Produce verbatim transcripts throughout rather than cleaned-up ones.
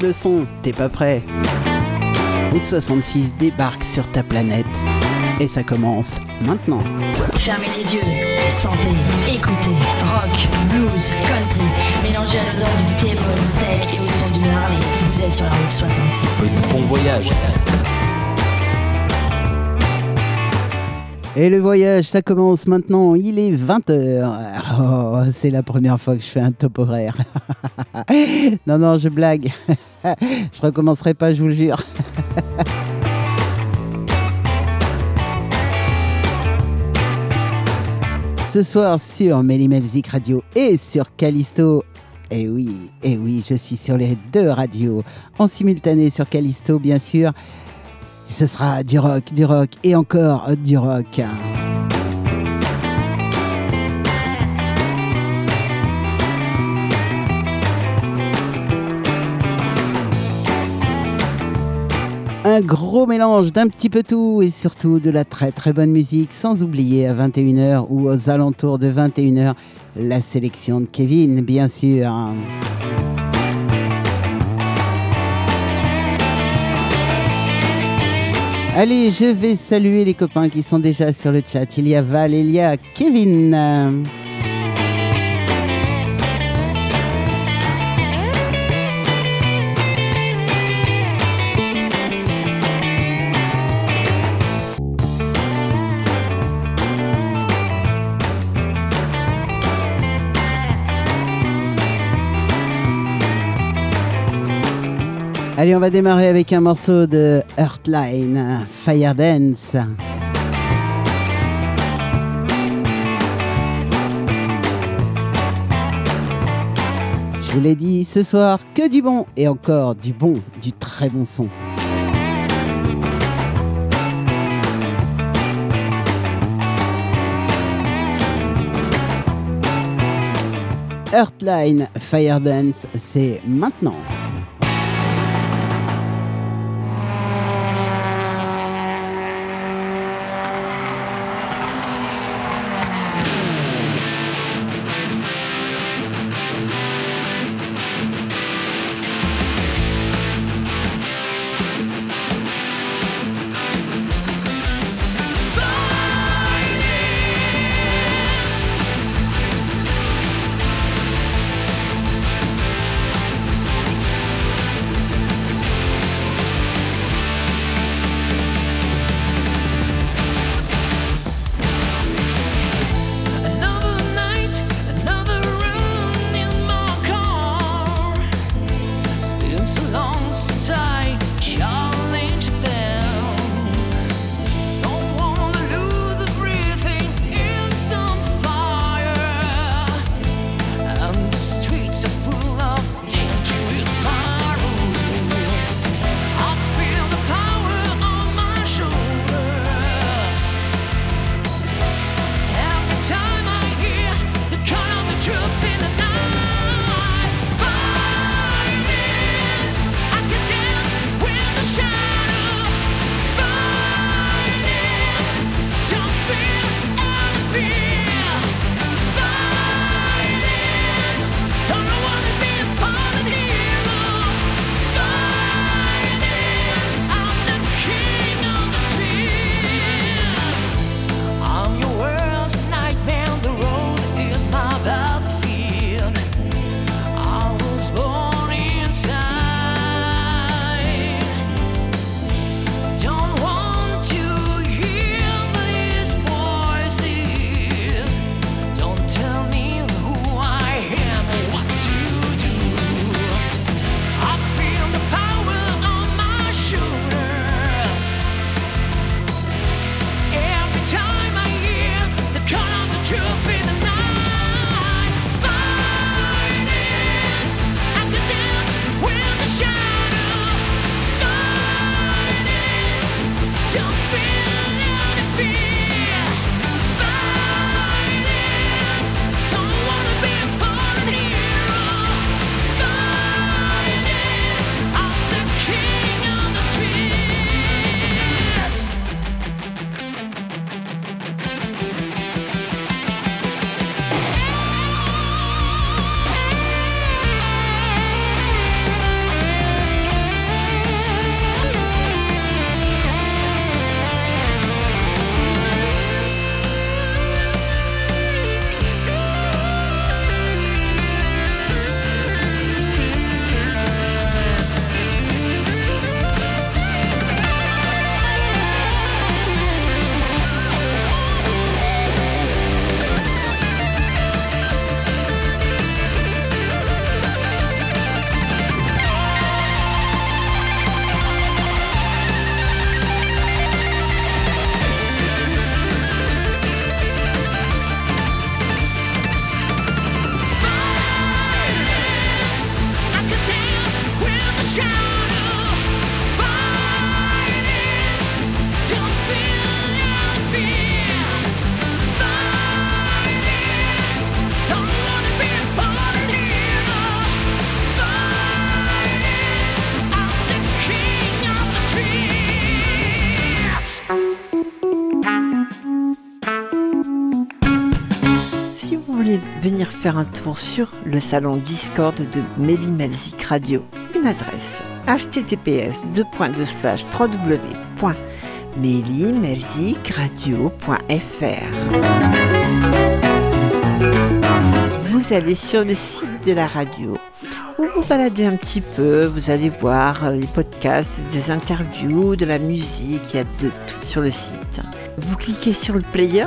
le son, t'es pas prêt? Route soixante-six débarque sur ta planète et ça commence maintenant. Fermez les yeux, sentez, écoutez, rock, blues, country, mélangez à l'odeur du thé, bon steak et au son d'une Harley. Vous êtes sur la route soixante-six. Bon voyage. Et le voyage, ça commence maintenant, il est vingt heures. Oh, c'est la première fois que je fais un top horaire. Non, non, je blague. Je recommencerai pas, je vous le jure. Ce soir sur Méli-Melzik Radio et sur Callisto. Et oui, et oui, je suis sur les deux radios en simultané sur Callisto, bien sûr. Et ce sera du rock, du rock et encore du rock. Un gros mélange d'un petit peu tout et surtout de la très très bonne musique, sans oublier à vingt et une heures ou aux alentours de vingt et une heures la sélection de Kevin, bien sûr. Allez, je vais saluer les copains qui sont déjà sur le chat. Il y a Val, il y a Kevin. Allez, on va démarrer avec un morceau de Earthline, Fire Dance. Je vous l'ai dit, ce soir, que du bon et encore du bon, du très bon son. Earthline, Fire Dance, c'est maintenant. Silence. vous voulez venir faire un tour sur le salon Discord de Mélimelzik Radio, une adresse h t t p s deux points deux slash w w w point mélimelzik radio point f r. Vous allez sur le site de la radio. Vous vous baladez un petit peu, vous allez voir les podcasts, des interviews, de la musique, il y a de tout sur le site. Vous cliquez sur le player.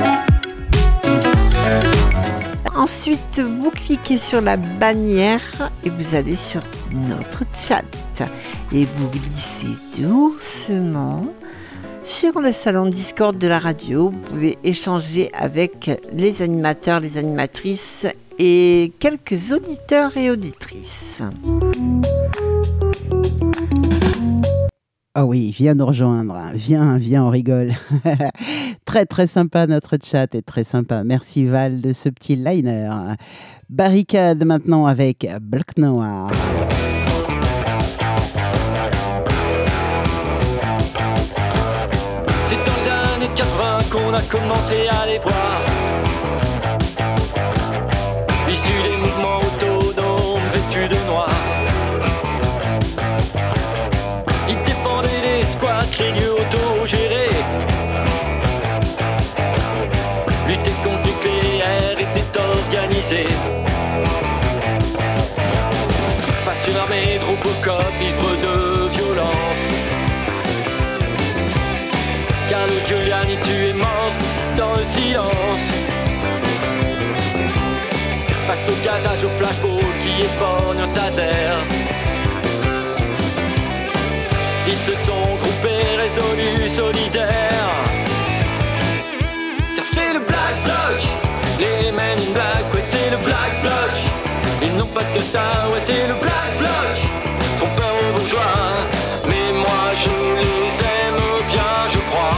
Ensuite, vous cliquez sur la bannière et vous allez sur notre chat. Et vous glissez doucement sur le salon Discord de la radio. Vous pouvez échanger avec les animateurs, les animatrices et quelques auditeurs et auditrices. Ah oh oui, viens nous rejoindre. Viens, viens, on rigole. Très, très sympa notre chat et très sympa. Merci Val de ce petit liner. Barricade maintenant avec Bloc Noir. C'est dans les années quatre-vingts qu'on a commencé à les voir. Issus des mouvements autonomes vêtus de noir. Ils défendaient les squats, les lieux autogérés. Lutter contre le nucléaire était organisé. Face à une armée de Robocop ivre de violence. Car le Giuliani tu es mort dans le silence. Face au gazage, au flashball qui éborgne un taser. Ils se sont groupés, résolus, solidaires. Car c'est le Black Bloc, les Men in Black, ouais c'est le Black Bloc. Ils n'ont pas de star, ouais c'est le Black Bloc. Font peur aux bourgeois, mais moi je les aime bien, je crois.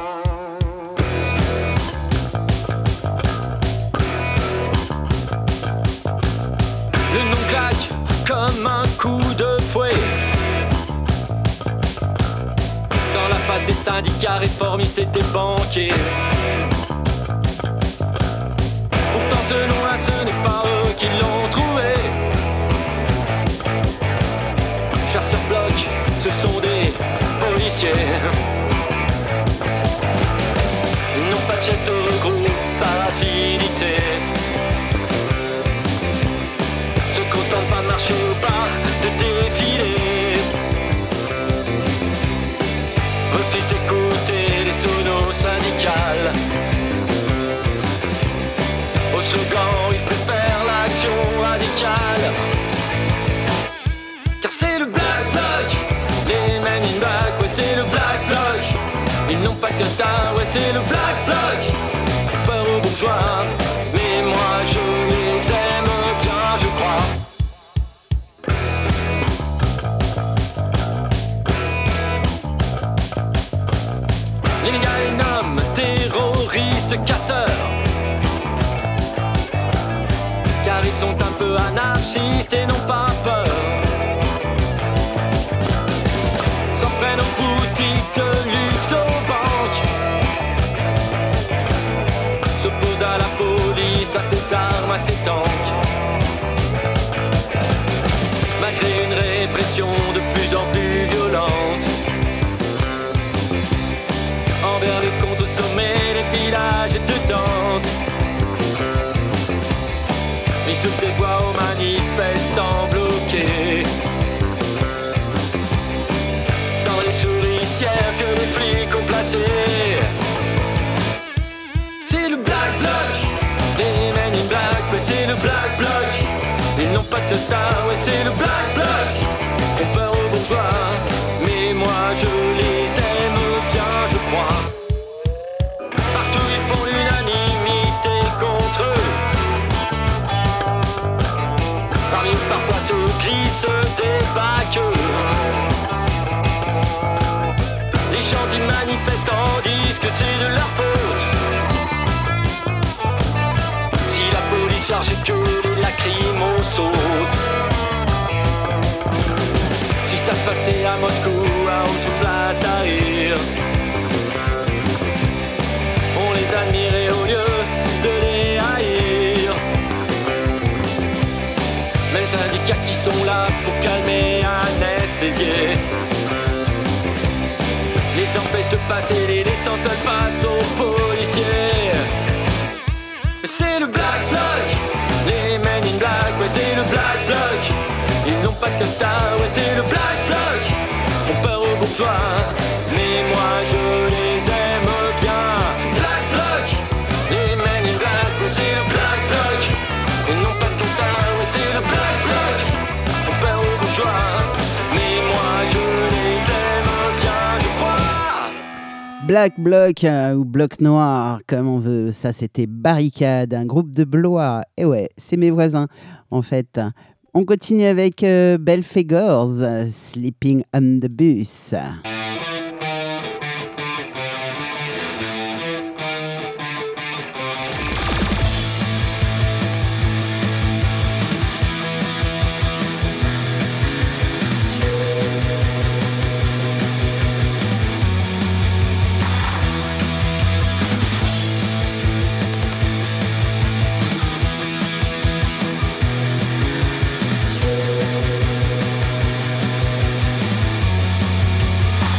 Le nom claque comme un coup de fouet. Dans la face des syndicats réformistes et des banquiers. Pourtant ce nom-là ce n'est pas eux qui l'ont trouvé. Charter Bloc, ce sont des policiers. Ils n'ont pas de chef, se regroupent par affinité. Se contentent pas de marcher au pas, de défiler. Refusent d'écouter les sonos syndicales. Au slogan, ils préfèrent l'action radicale. Car c'est le Black Bloc, les Men in Black, ouais c'est le Black Bloc. Ils n'ont pas que star, ouais c'est le Black Bloc. Font peur aux bourgeois, mais moi je les aime bien, je crois. Les médias les nomment terroristes casseurs. Car ils sont un peu anarchistes et n'ont pas peur. S'en prennent aux boutiques de luxe, aux banques. S'opposent à la police, à ses armes, à ses tanks. Malgré une répression de plus en plus violente. Envers les contre-sommets, les villages et de tentes. Ils se dévoient aux manifestants bloqués. Dans les souricières que les flics ont placées. C'est le Black Bloc, les Men in Black, ouais c'est le Black Bloc. Ils n'ont pas de star, ouais c'est le Black Bloc. Font peur aux bourgeois, mais moi je les aime bien, je crois. Partout ils font l'unanimité contre eux. Parmi eux parfois se glissent des bacs. Les gentils manifestants disent que c'est de leur faute. Si la police charge que les lacrymos sautent. Si ça se passait à Moscou, à Homs ou place Tahrir, on les admirait au lieu de les haïr. là pour calmer, anesthésier. Les empêche de passer, les laissant seuls face aux policiers. C'est le Black Bloc, les Men in Black, ouais c'est le Black Bloc. Ils n'ont pas de costard, ouais c'est le Black Bloc. Font peur aux bourgeois, mais moi je les aime bien. Black Bloc, les Men in Black, ouais c'est le Black Bloc. Ils n'ont pas de costard, ouais c'est le Black Bloc. Font peur aux bourgeois, mais moi je les aime bien, je crois. Black Bloc euh, ou Bloc Noir, comme on veut, ça c'était Barricade, un groupe de Blois. Et ouais, c'est mes voisins en fait. On continue avec euh, Belphégors, euh, Sleeping on the Bus. Thank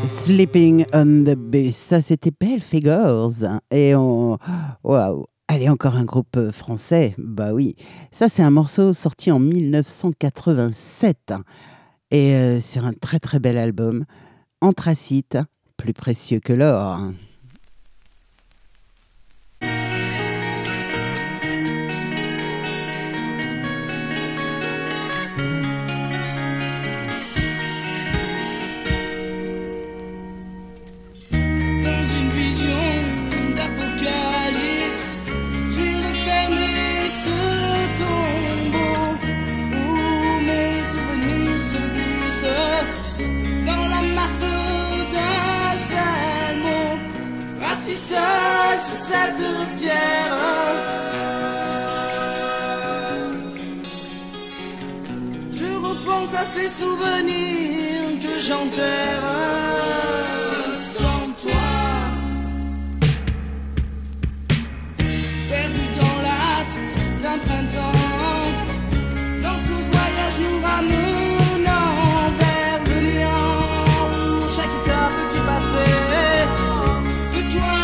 Sleeping on the Bus, ça c'était Pale Figures. Et on... Waouh. Allez, encore un groupe français. Bah oui, ça c'est un morceau sorti en mille neuf cent quatre-vingt-sept. Et euh, sur un très très bel album, Anthracite, plus précieux que l'or. Seul sur cette pierre, je repense à ces souvenirs que j'enterre sans toi, perdu dans l'âtre d'un printemps, dans ce voyage nous ramenant vers le néant où chaque étape qui passait de toi.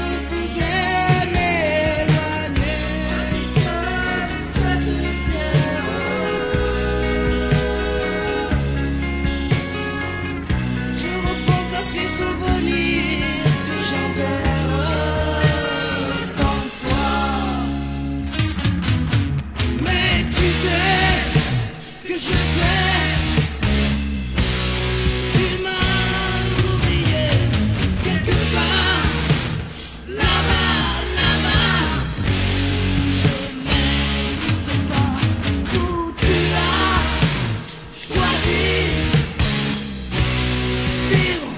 Je sais, tu m'as oublié quelque part, là-bas, là-bas, je n'existe pas, où tu as choisi vivre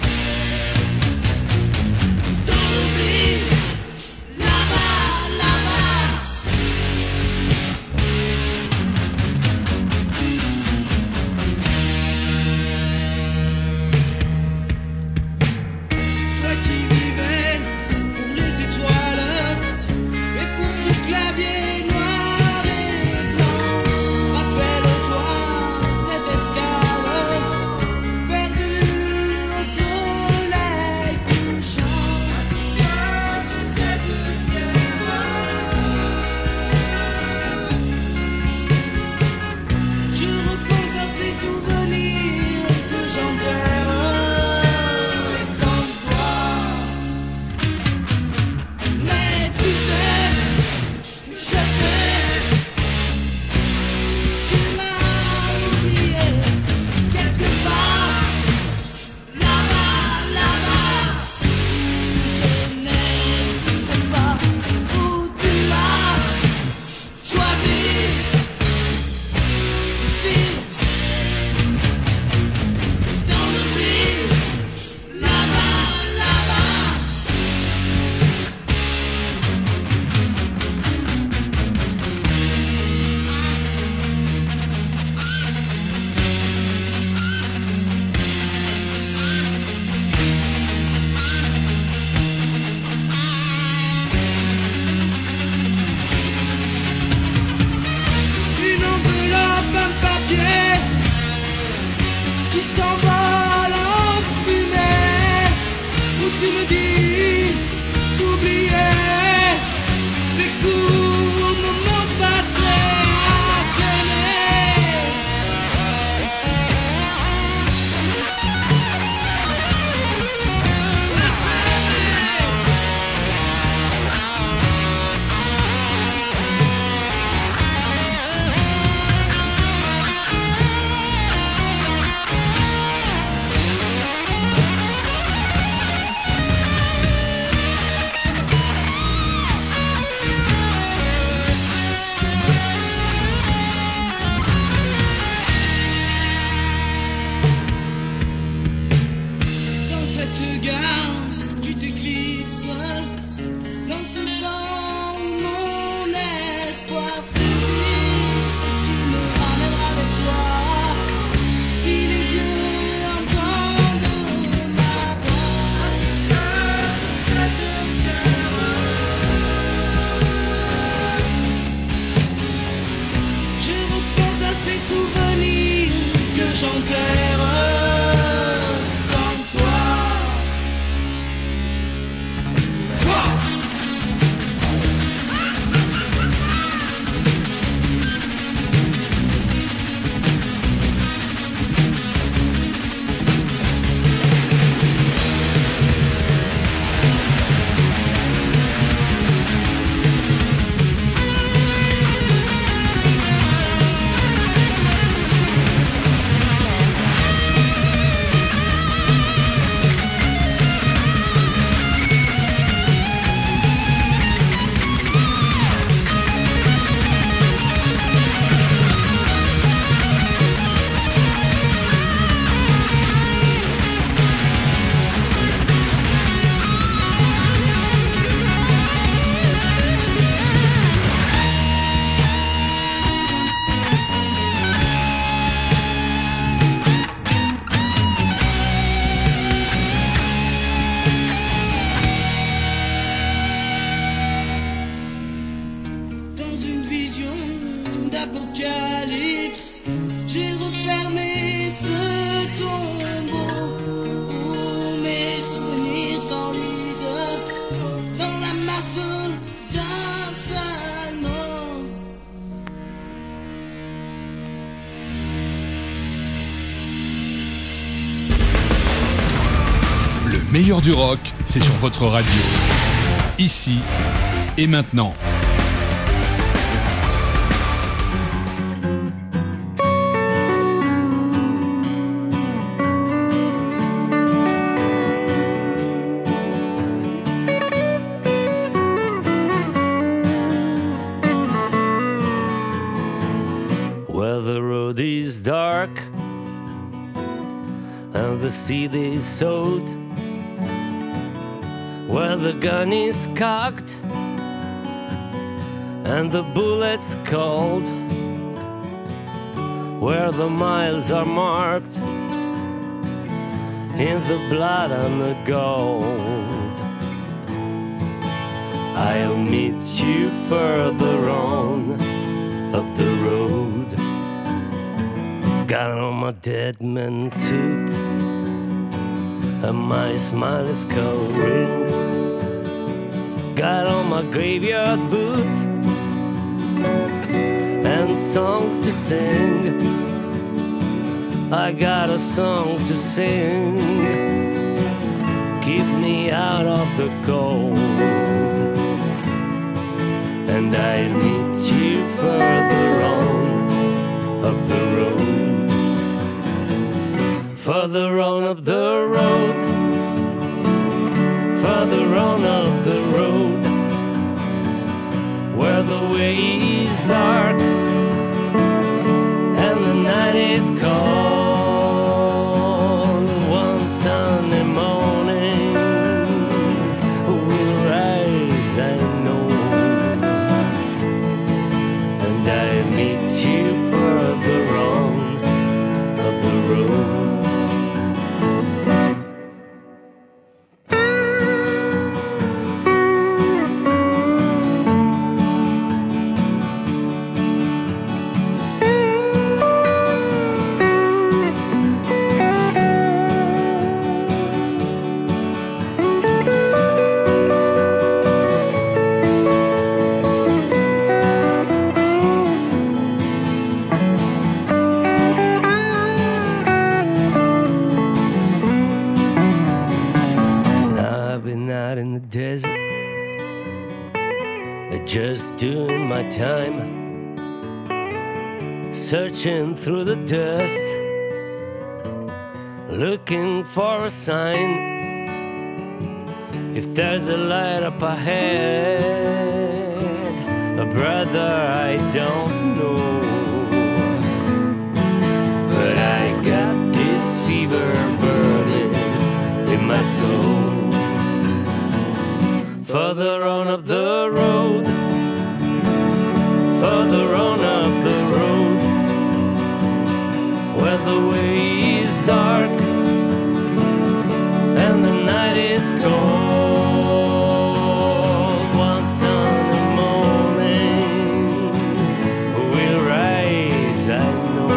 dans l'oubli, là-bas, là-bas. Souvenirs que j'enterre sans toi. meilleur du rock, c'est sur votre radio. Ici et maintenant. Where the road is dark and the seed is sowed, where the gun is cocked and the bullets cold, where the miles are marked in the blood and the gold. I'll meet you further on up the road. Got on my dead man suit and my smile is covering. Got on my graveyard boots and song to sing. I got a song to sing. Keep me out of the cold. And I meet you further on up the road. Further on up the road, further on up the road, where the way is dark and the night is cold. One Sunday morning we'll rise, I know, and I meet you further on up the road. Just doing my time, searching through the dust, looking for a sign. If there's a light up ahead, a brother I don't know, but I got this fever burning in my soul. Further on up the road, further on up the road, where the way is dark and the night is cold. One Sunday morning we'll rise, I know,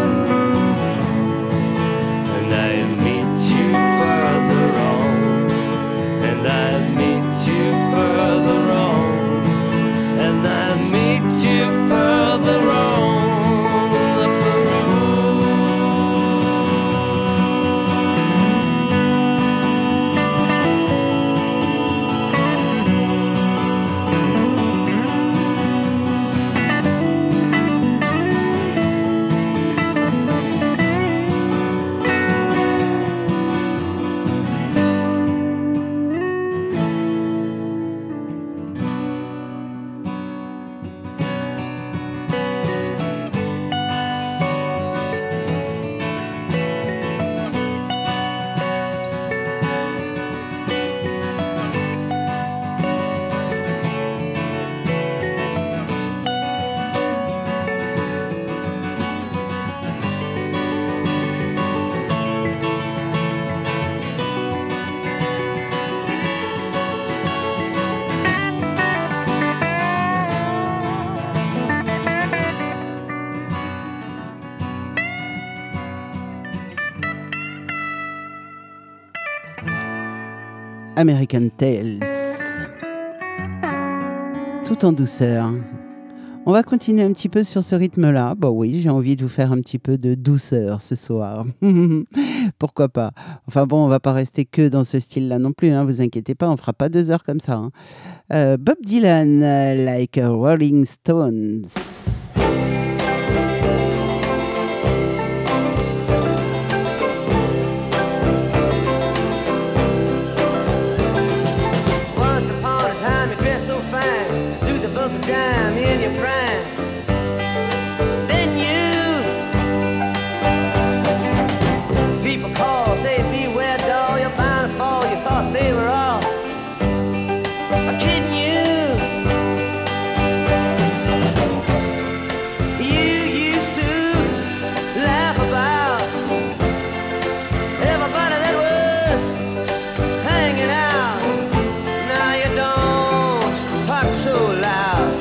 and I'll meet you further on, and I'll meet you further on, and I'll meet you further on up the American Tales, tout en douceur. On va continuer un petit peu sur ce rythme-là. Bon oui, j'ai envie de vous faire un petit peu de douceur ce soir. Pourquoi pas. Enfin bon, on va pas rester que dans ce style-là non plus, hein, vous inquiétez pas, on fera pas deux heures comme ça. Hein. Euh, Bob Dylan, euh, Like a Rolling Stones. Once upon a time you dressed so fine, threw the bumps of dime in your prime. Then you, people call, say beware doll, you're bound to fall, you thought they were all kidding you. You used to laugh about everybody that was hanging out. Now you don't talk so loud.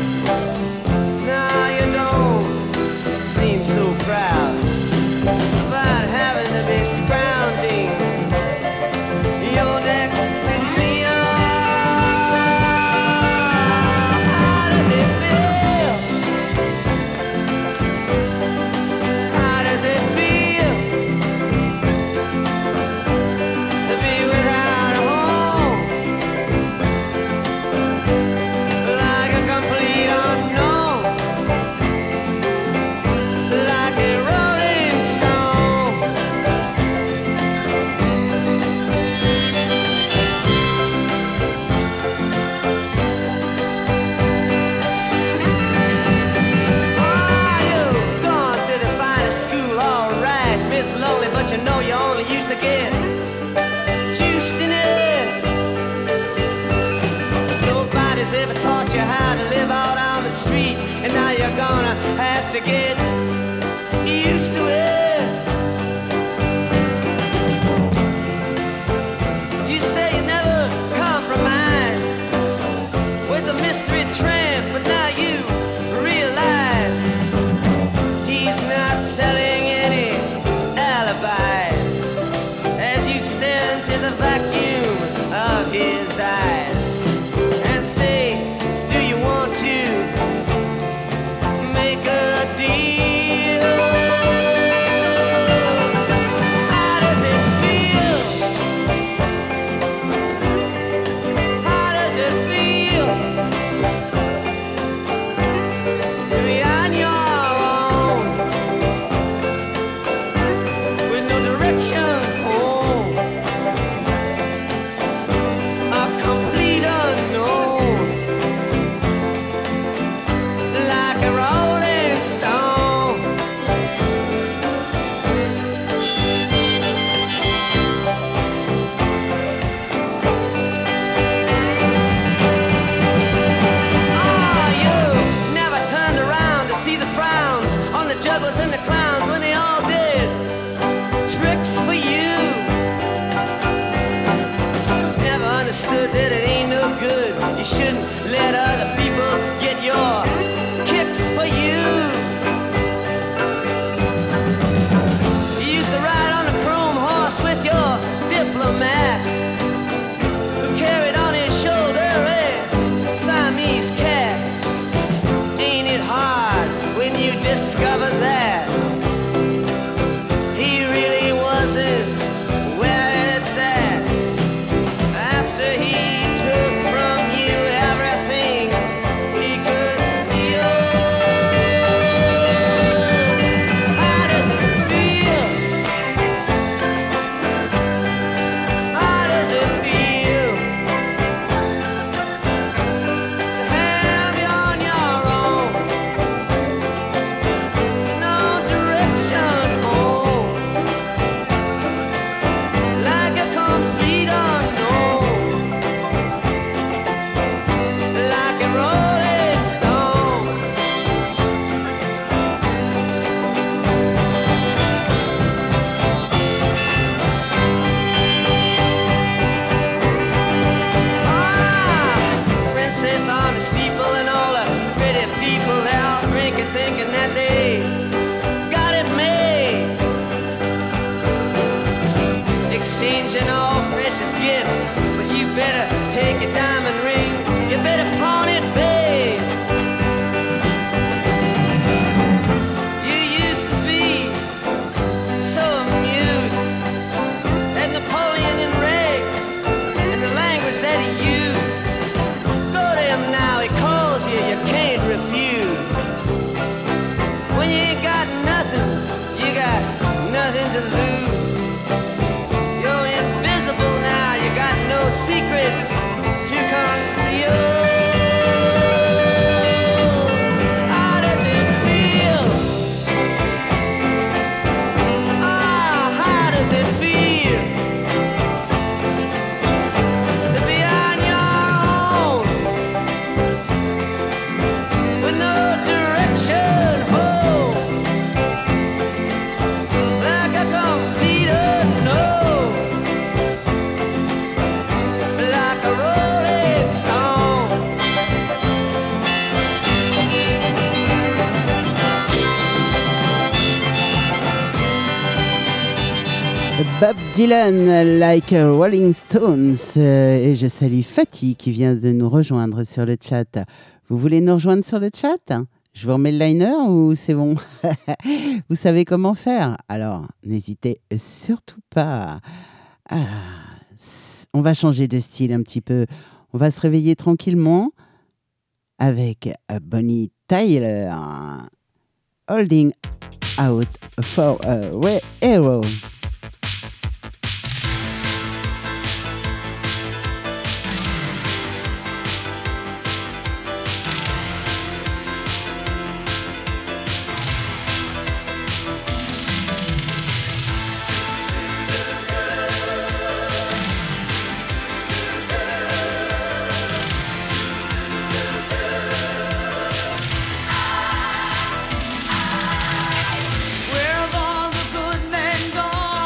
Now you don't seem so proud about having to be scrounging your next meal. How does it feel? How does it feel to be without a home? Like a complete unknown, like a rolling stone. Ah, you've gone to the finest school, all right, Miss Lonely, but you know you only used to get juiced in it. Nobody's ever taught you how to live out on the street, and now you're gonna have to get used to it. You say you never compromise with a mystery tramp, but now you realize he's not selling any alibis as you stare into the vacuum of his eyes and say, do you want to make a deal? How does it feel? How does it feel to be on your own with no direction home? A complete unknown, like a rolling stone. Oh, you never turned around to see the frowns on the jugglers and the clowns when they all did tricks for you. Never understood that it ain't no good. You shouldn't let other people get your kicks for you. You used to ride on a chrome horse with your diplomat, who carried on his shoulder a Siamese cat. Ain't it hard when you discover that he really wasn't where it's at? After he took from you everything he could steal. How does it feel? How does it feel to have you on your own with no direction home, like a complete unknown, like a rolling stone? Ah, princess on the steeple and all the pretty people, they're all drinking, thinking that they got it made, exchanging all precious gifts. But you better take your diamond ring, you better pawn it, babe. You used to be so amused secrets to conceal. How does it feel? Ah, how does it feel to be on your own with no direction home, like a complete unknown, like a rolling stone? Bob Dylan, like a Rolling Stones. Euh, et je salue Fatih qui vient de nous rejoindre sur le chat. Vous voulez nous rejoindre sur le chat? Je vous remets le liner ou c'est bon? Vous savez comment faire? Alors, n'hésitez surtout pas. Ah, c- on va changer de style un petit peu. On va se réveiller tranquillement avec euh, Bonnie Tyler. Holding out for a way hero. Where have all the good men gone?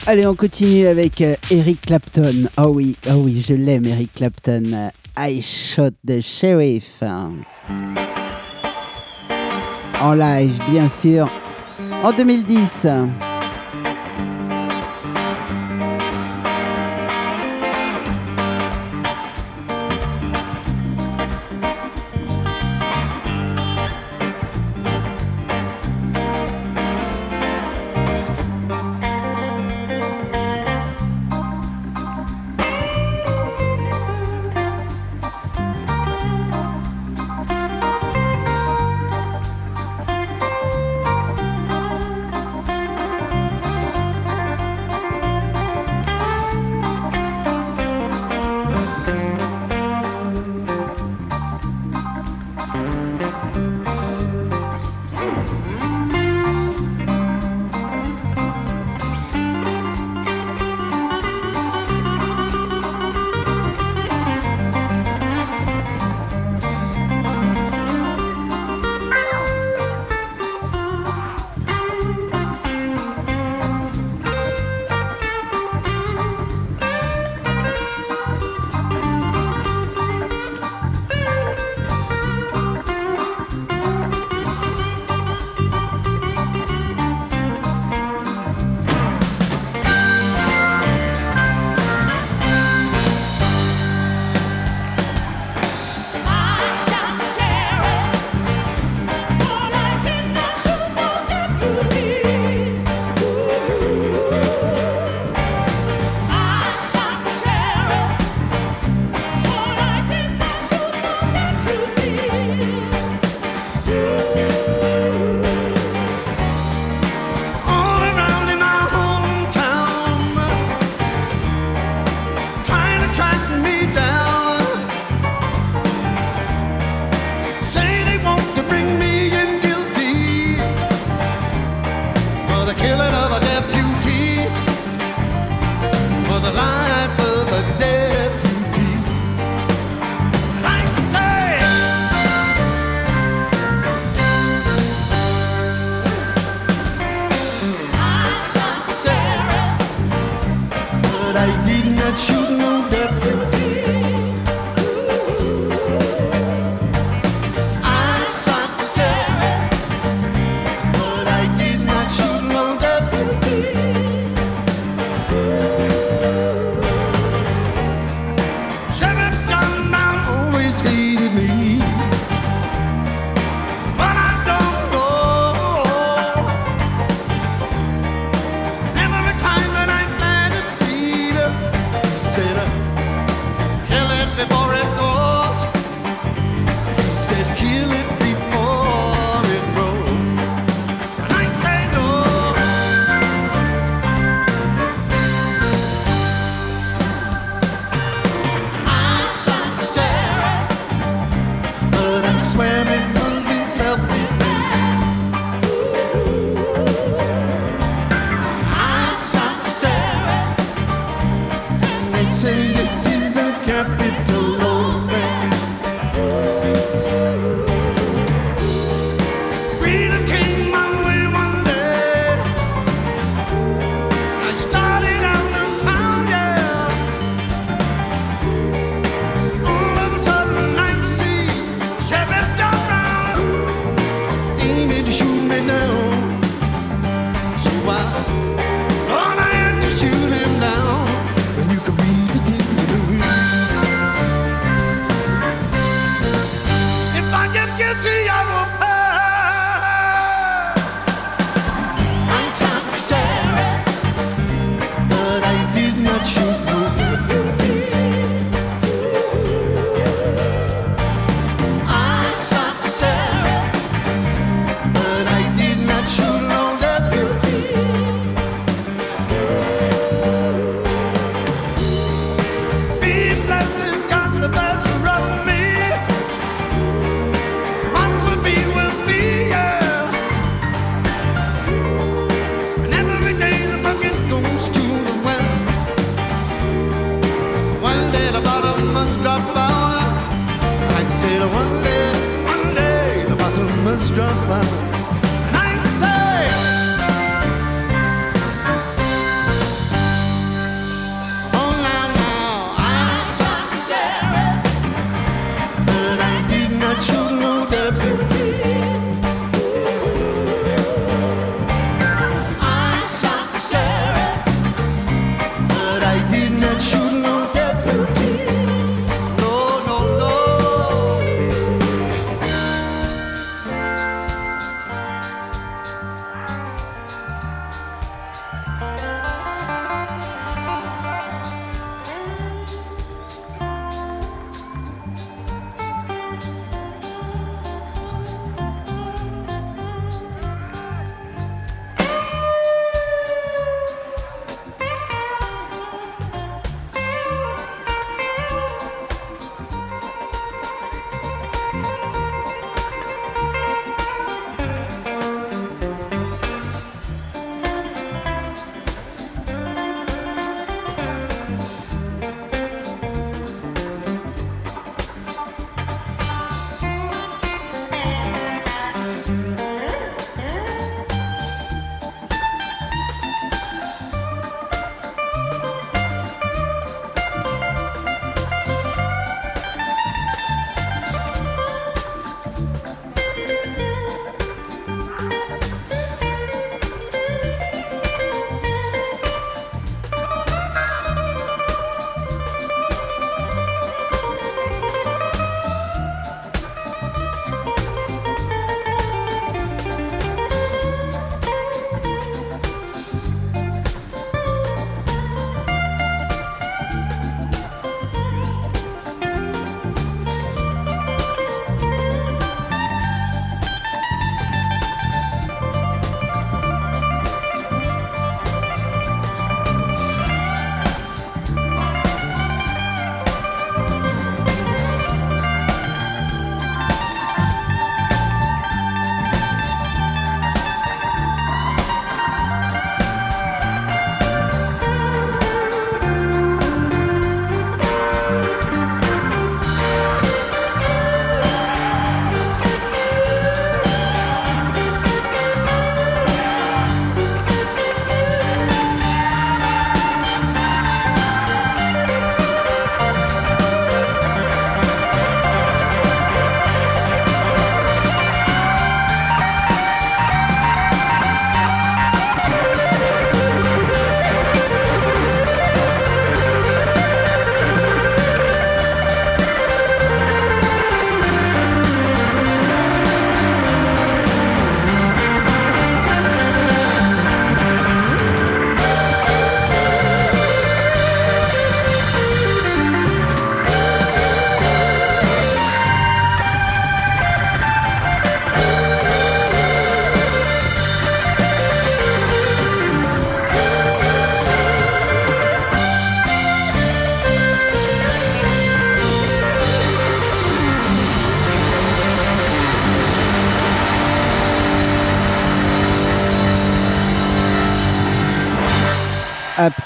Allez, on continue avec euh, Eric Clapton. Oh oui, oh oui, je l'aime, Eric Clapton. Euh, I Shot the Sheriff. En live, bien sûr, en deux mille dix.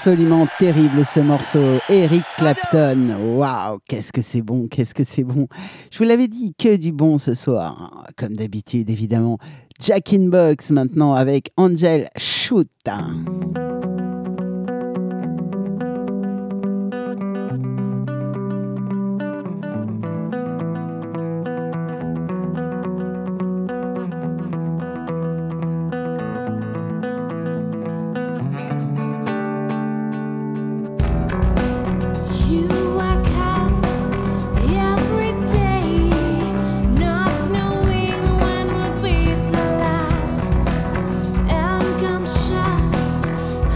absolument terrible ce morceau. Eric Clapton, waouh, qu'est-ce que c'est bon, qu'est-ce que c'est bon. Je vous l'avais dit, que du bon ce soir, comme d'habitude évidemment. Jack in Box maintenant avec Angel Shoot. Unconscious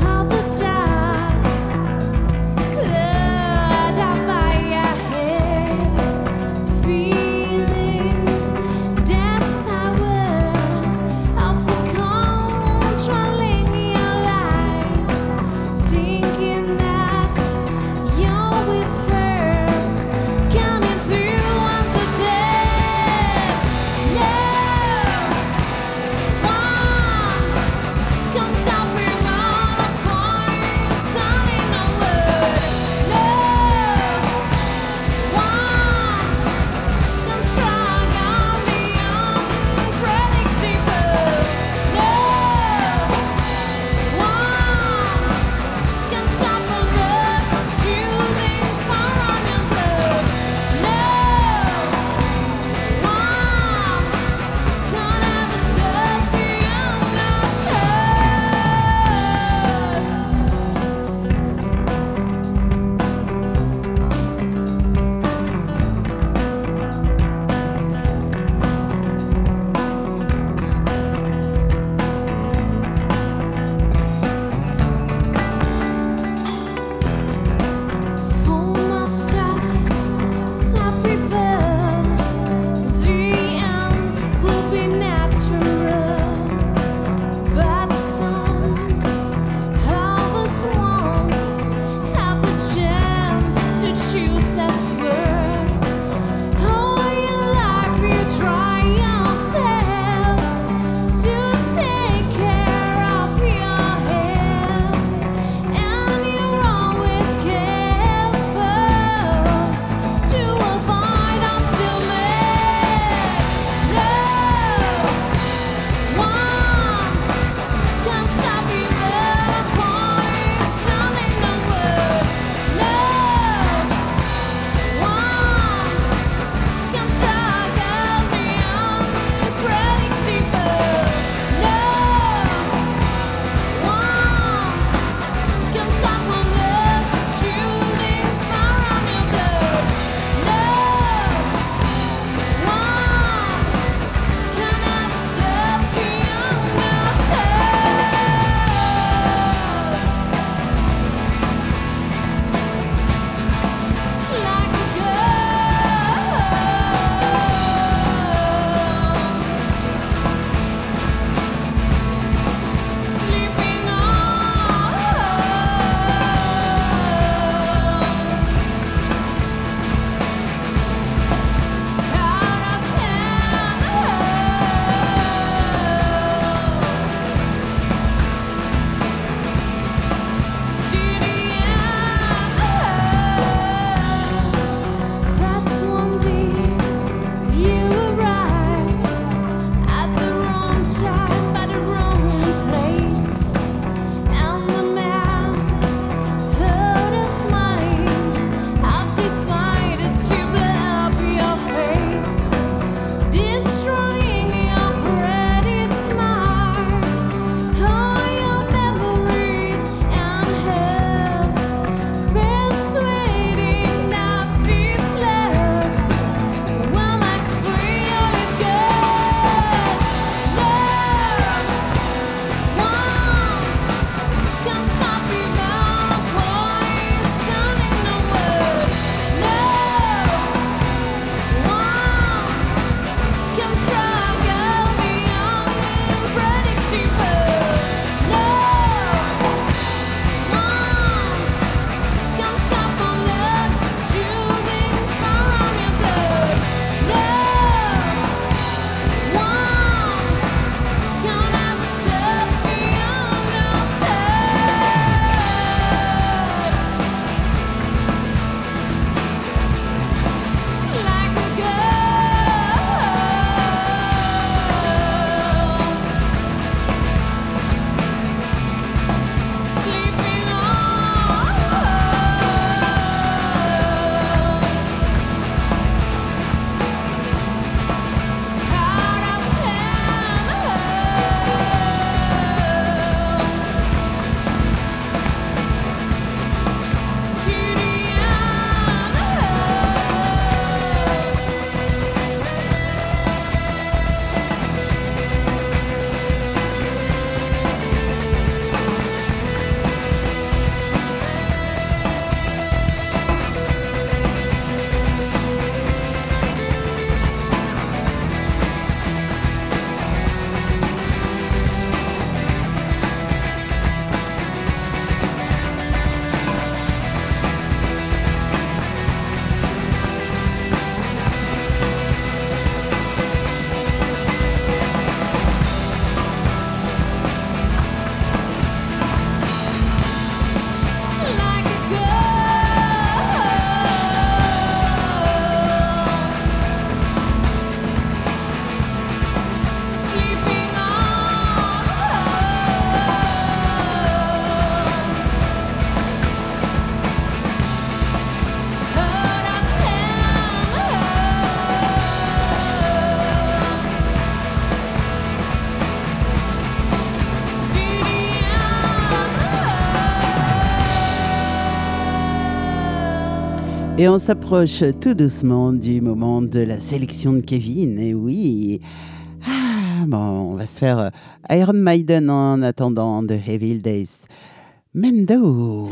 Et on s'approche tout doucement du moment de la sélection de Kevin. Et oui, ah, bon, on va se faire Iron Maiden en attendant de Evil Days. Mendo.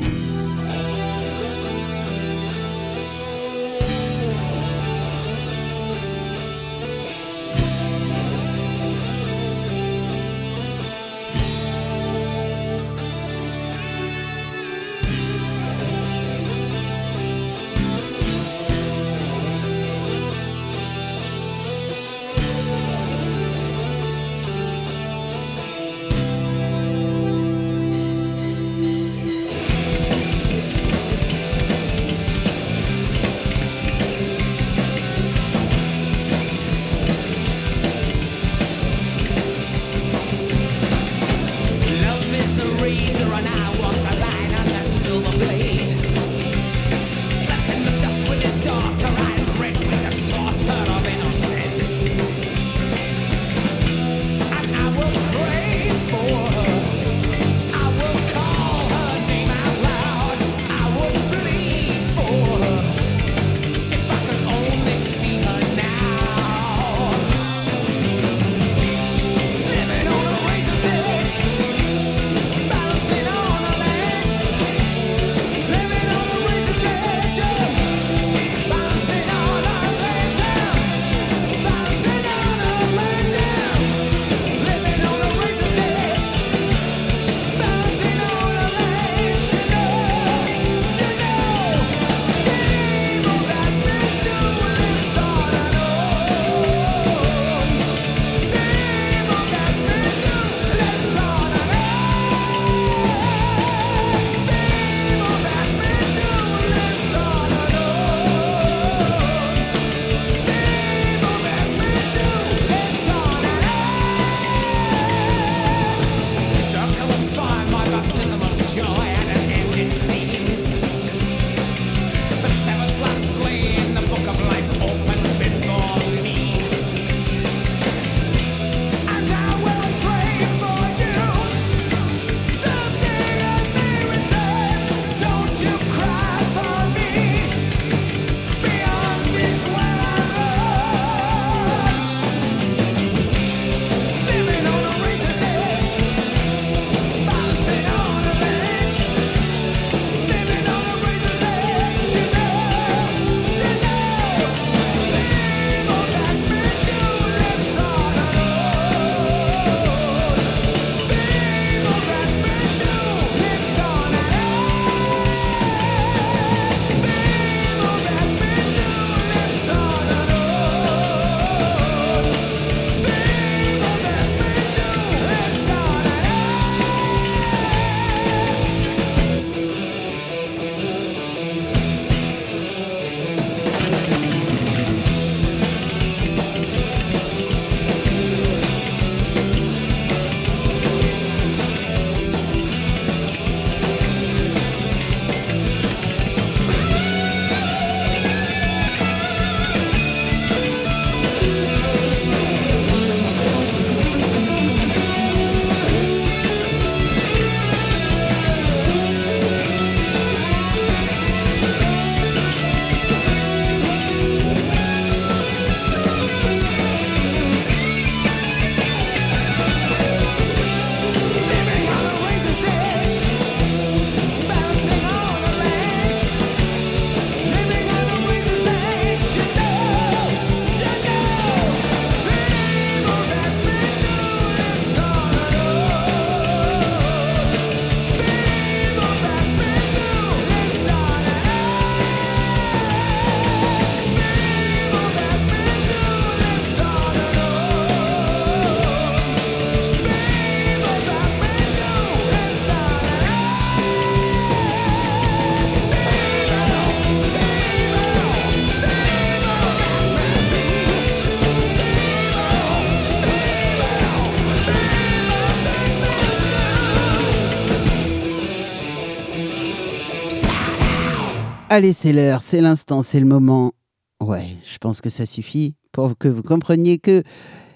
Allez, c'est l'heure, c'est l'instant, c'est le moment. Ouais, je pense que ça suffit pour que vous compreniez que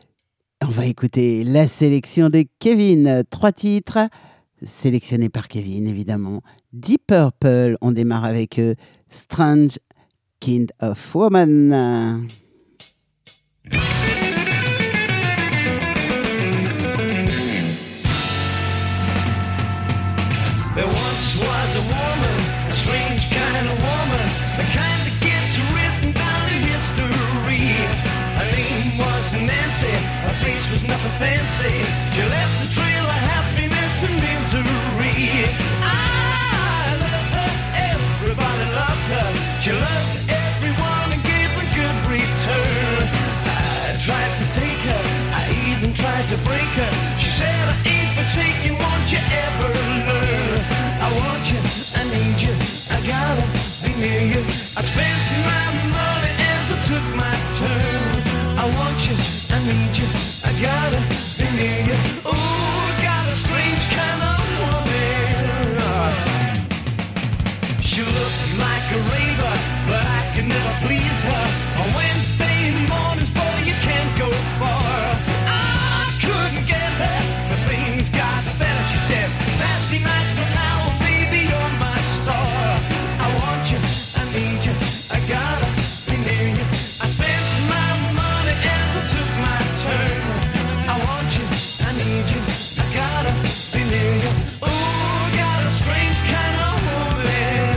on va écouter la sélection de Kevin. Trois titres sélectionnés par Kevin, évidemment. Deep Purple, on démarre avec eux. Strange Kind of Woman. There once was a woman, a strange kind of woman, the kind that gets written down in history. Her name was Nancy, her face was nothing fancy. She left a trail of happiness and misery. I loved her, everybody loved her. She loved everyone and gave a good return. I tried to take her, I even tried to break her. She said I ain't for taking, won't you ever learn? I want you, I need you, I gotta be near you. I spent my money as I took my turn. I want you, I need you, I gotta be near you. Ooh, got a strange kind of woman. She looked like a raver, but I could never please her. On Wednesday mornings, boy, you can't go far. I couldn't get her, but things got better. She said, Saturday nights from now, baby, you're my star. I want you, I need you, I gotta be near you. I spent my money as I took my turn. I want you, I need you, I gotta be near you. Ooh, got a strange kind of woman.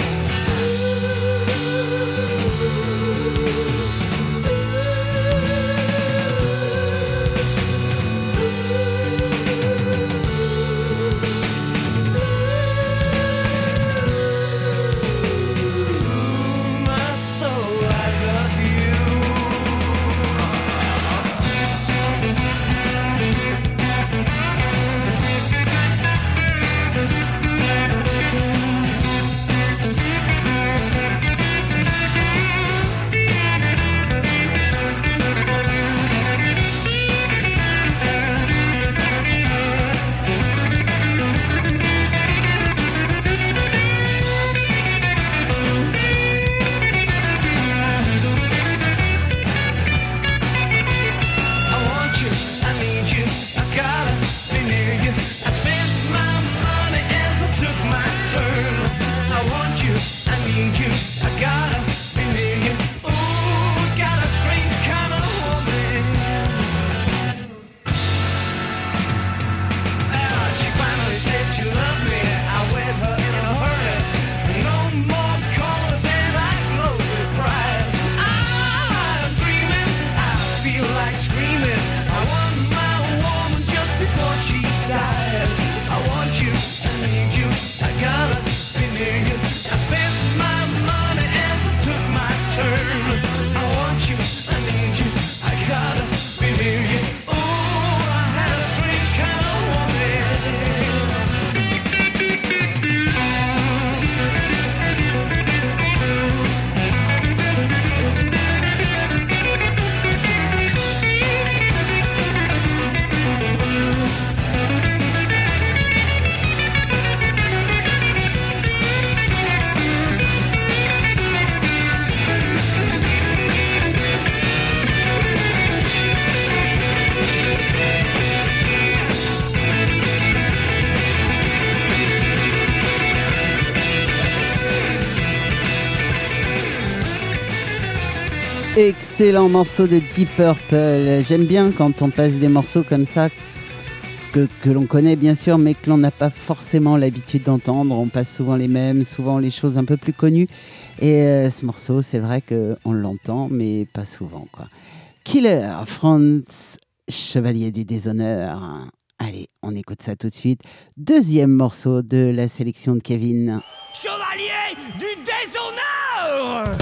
My soul, I love you. I want you, I need you, I gotta be near you. I spent my money as I took my turn. I want you, I need you, I gotta be near you. Ooh, got a strange kind of woman. Ah, she finally said she loved me. I wed her in a hurry. No more calls and I glow with pride. I'm dreaming, I feel like screaming. I want my woman just before she died. I want you, I need you, I gotta be near you. I spent my money as I took my turn. I want you, I need you, I gotta be near you. Ooh, I had a strange kind of woman. Excellent morceau de Deep Purple. J'aime bien quand on passe des morceaux comme ça que, que l'on connaît bien sûr, mais que l'on n'a pas forcément l'habitude d'entendre. On passe souvent les mêmes, souvent les choses un peu plus connues. Et euh, ce morceau, c'est vrai qu'on l'entend, mais pas souvent, quoi. Killer, Franz Chevalier du Déshonneur. Allez, on écoute ça tout de suite. Deuxième morceau de la sélection de Kevin. Chevalier du déshonneur.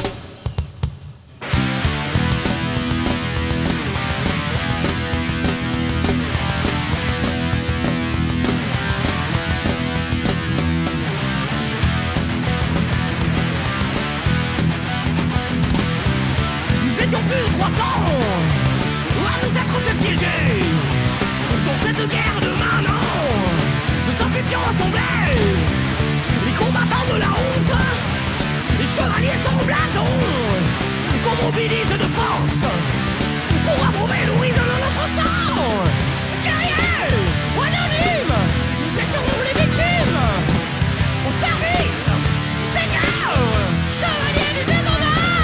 Nous étions plus de trois cents à nous être fait piéger dans cette guerre de maintenant, nous s'amphibien assemblés, les combattants de la honte, les chevaliers sans blason, qu'on mobilise de force pour abreuver Louise de notre sang. Guerriers, anonymes, nous étions les victimes au service du Seigneur, chevalier du déshonneur.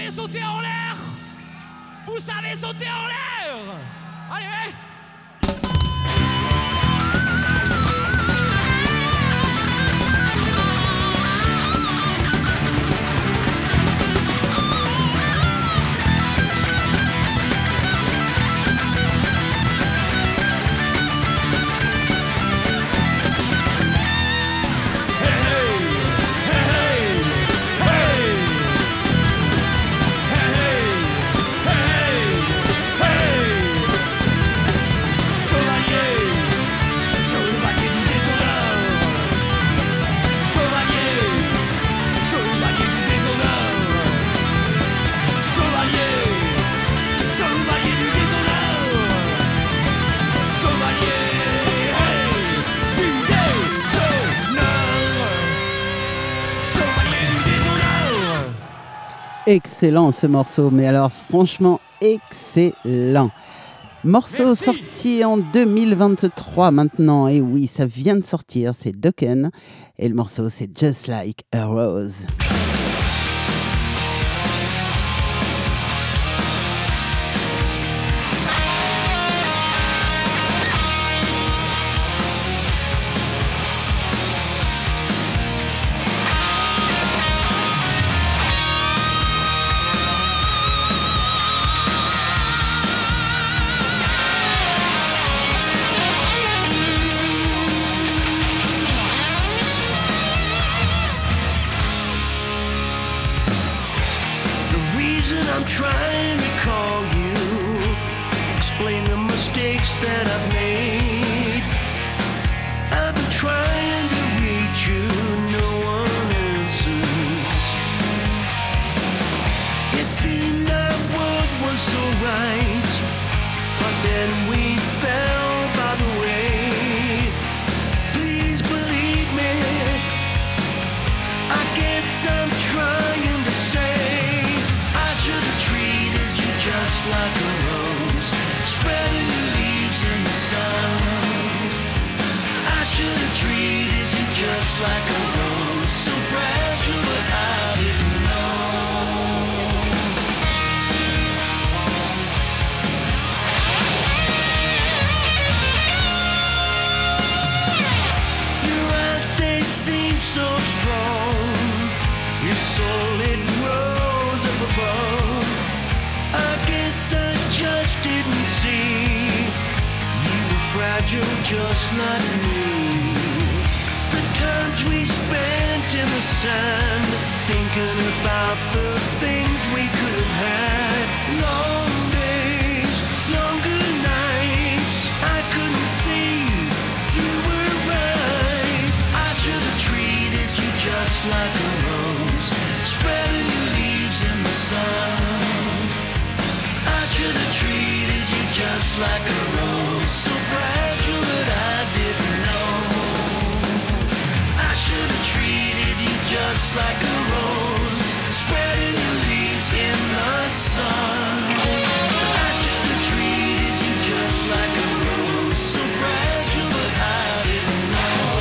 savez sauter en l'air? Vous savez sauter en l'air? Allez! Excellent ce morceau, mais alors franchement excellent. Morceau Merci. Sorti en deux mille vingt-trois maintenant, et oui, ça vient de sortir, c'est Dokken, et le morceau c'est Just Like a Rose. I'm trying to call you, explain the mistakes that I've made. I've been trying to reach you, no one answers. It seemed our world was so right, but then we fell by the way. Please believe me, I guess I'm trying to say just like a rose, spreading your leaves in the sun. I should have treated you just like a rose, so fragile but I didn't know. Your eyes, they seem so strong, your soul, it rose up above. I guess I just didn't see you were fragile just like me. The times we spent in the sand, thinking about the things we could have had. Long days, longer nights, I couldn't see you were right. I should have treated you just like a rose, spreading your leaves in the sun. Should have treated you just like a rose, so fragile that I didn't know. I should have treated you just like a rose, spreading your leaves in the sun. I should have treated you just like a rose, so fragile that I didn't know.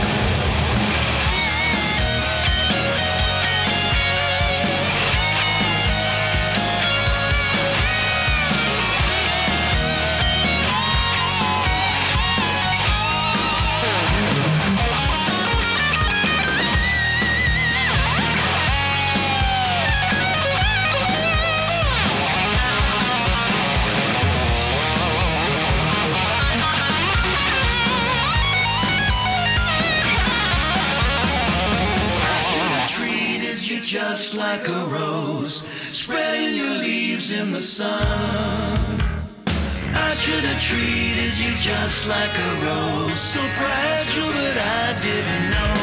Just like a rose, spreading your leaves in the sun. I should have treated you just like a rose, so fragile that I didn't know.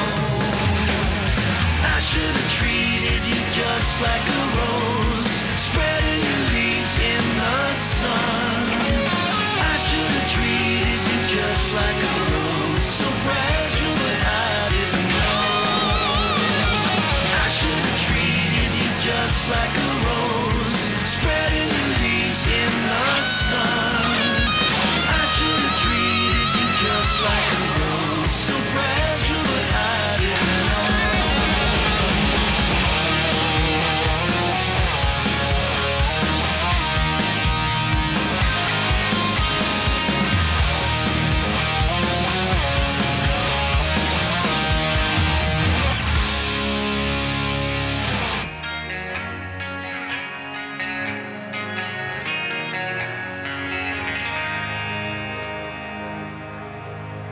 I should have treated you just like a rose, spreading your leaves in the sun. I should have treated you just like a rose, so fragile that I didn't know. I should have treated you just like a rose, spreading your leaves in the sun. I should have treated you just like a rose, so fragile that I didn't know.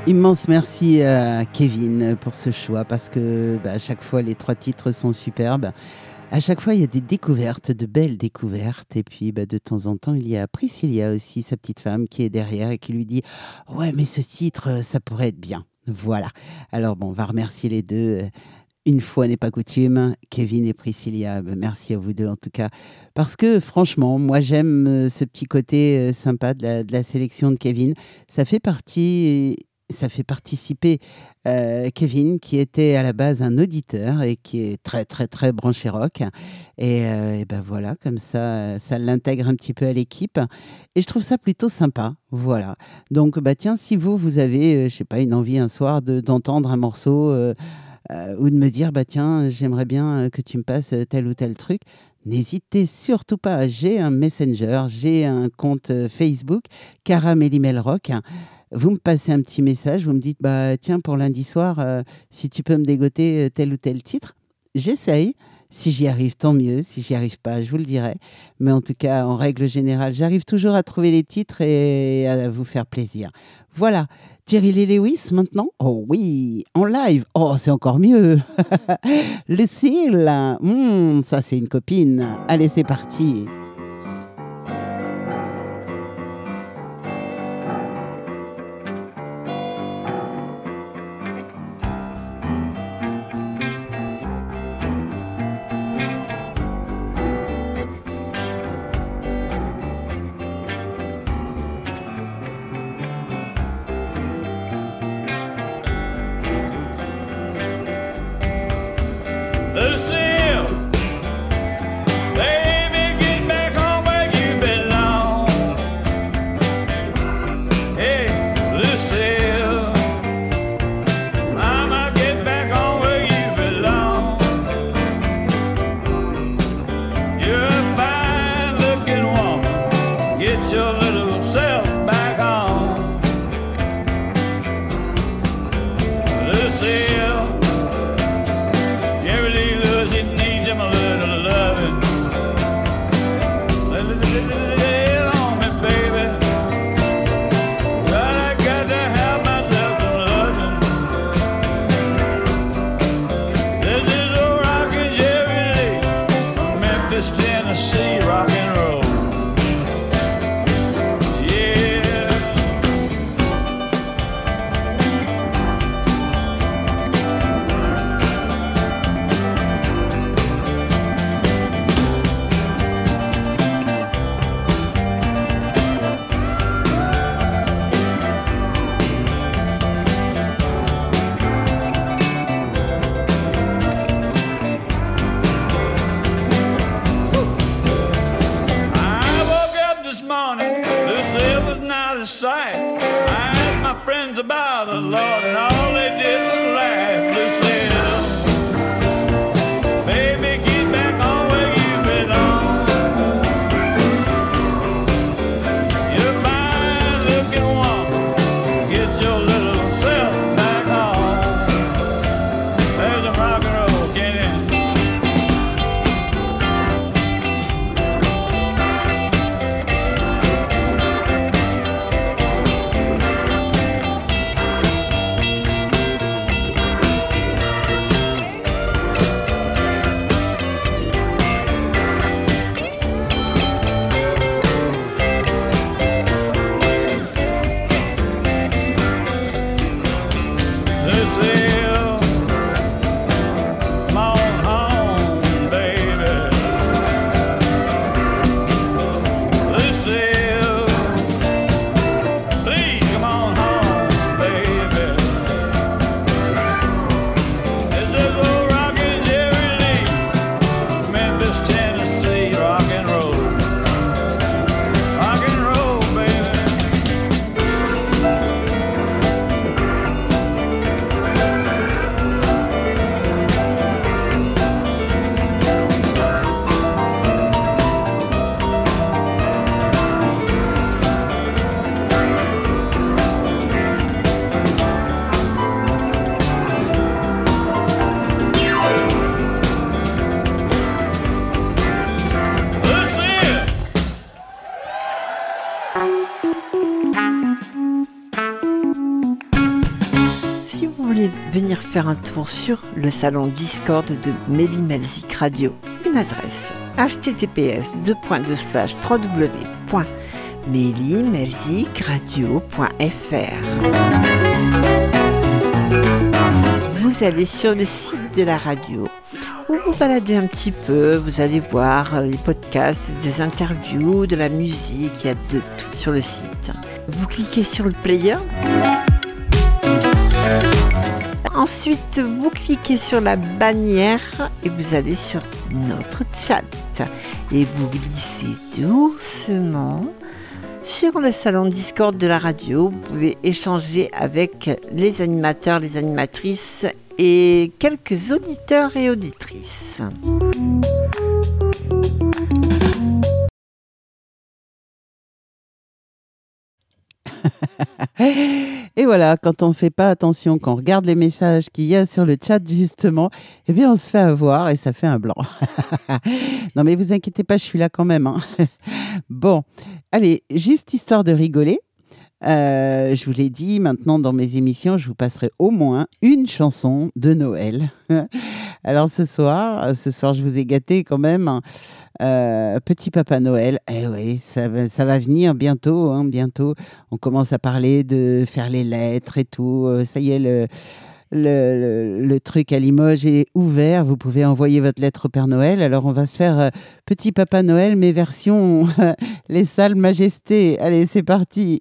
Immense merci à Kevin pour ce choix parce que bah, à chaque fois les trois titres sont superbes. À chaque fois il y a des découvertes, de belles découvertes. Et puis bah, de temps en temps il y a Priscilla aussi, sa petite femme qui est derrière et qui lui dit « Ouais mais ce titre ça pourrait être bien ». Voilà. Alors bon, on va remercier les deux. Une fois n'est pas coutume, Kevin et Priscilla, merci à vous deux en tout cas. Parce que franchement, moi j'aime ce petit côté sympa de la, de la sélection de Kevin. Ça fait partie, ça fait participer euh, Kevin qui était à la base un auditeur et qui est très très très branché rock. Et, euh, et ben voilà, comme ça, ça l'intègre un petit peu à l'équipe. Et je trouve ça plutôt sympa. Voilà. Donc bah tiens, si vous, vous avez, euh, je sais pas, une envie un soir de, d'entendre un morceau... Euh, Euh, ou de me dire bah tiens j'aimerais bien que tu me passes tel ou tel truc, n'hésitez surtout pas. J'ai un Messenger, j'ai un compte Facebook Caramélimel Rock. Vous me passez un petit message, vous me dites bah tiens pour lundi soir euh, si tu peux me dégoter tel ou tel titre, j'essaye. Si j'y arrive, tant mieux. Si j'y arrive pas, je vous le dirai. Mais en tout cas, en règle générale, j'arrive toujours à trouver les titres et à vous faire plaisir. Voilà. Thierry Lee Lewis maintenant. Oh oui, en live. Oh, c'est encore mieux. Lucille, mmh, ça c'est une copine. Allez, c'est parti. Lucille, baby, get back home where you belong. Hey, Lucille, mama, get back home where you belong. You're a fine-looking woman. Get your little self back home, Lucille. Tennessee rock and roll. Yeah. Sight. I asked my friends about the Lord, and all they did was laugh. Lucille, baby, get back on where you belong. You're a fine-looking woman. Get your little self back home. There's a rock and roll, Kenny. venir faire un tour sur le salon Discord de Mélie Melzik Radio. Une adresse h t t p s deux points deux slash w w w point mélie melzik radio point f r. Vous allez sur le site de la radio. Vous vous baladez un petit peu, vous allez voir les podcasts, des interviews, de la musique, il y a de tout sur le site. Vous cliquez sur le player. Ensuite, vous cliquez sur la bannière et vous allez sur notre chat. Et vous glissez doucement sur le salon Discord de la radio. Vous pouvez échanger avec les animateurs, les animatrices et quelques auditeurs et auditrices. Et voilà, quand on ne fait pas attention, quand on regarde les messages qu'il y a sur le chat justement, eh bien on se fait avoir et ça fait un blanc. Non mais vous inquiétez pas, je suis là quand même. Hein. Bon, allez, juste histoire de rigoler. Euh, je vous l'ai dit, maintenant dans mes émissions, je vous passerai au moins une chanson de Noël. Alors ce soir, ce soir, je vous ai gâté quand même. Euh, Petit Papa Noël, eh oui, ça va, ça va venir bientôt, hein, bientôt. On commence à parler de faire les lettres et tout. Euh, ça y est, le, le, le, le truc à Limoges est ouvert. Vous pouvez envoyer votre lettre au Père Noël. Alors on va se faire euh, Petit Papa Noël, mais version les salles majestés. Allez, c'est parti.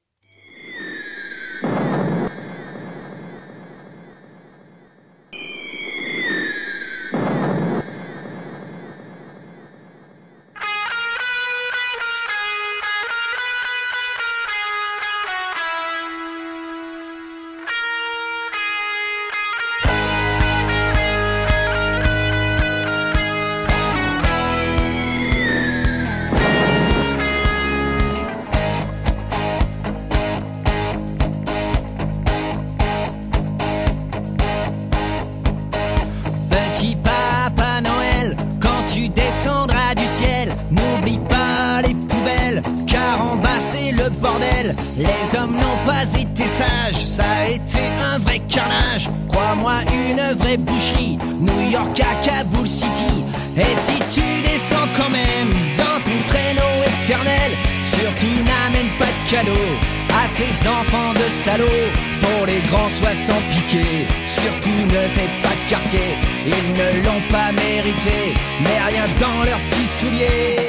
Les hommes n'ont pas été sages, ça a été un vrai carnage. Crois-moi, une vraie boucherie, New York à Kaboul City. Et si tu descends quand même dans ton traîneau éternel, surtout n'amène pas de cadeaux à ces enfants de salauds. Pour les grands, sois sans pitié, surtout ne faites pas de quartier. Ils ne l'ont pas mérité, mais rien dans leurs petits souliers.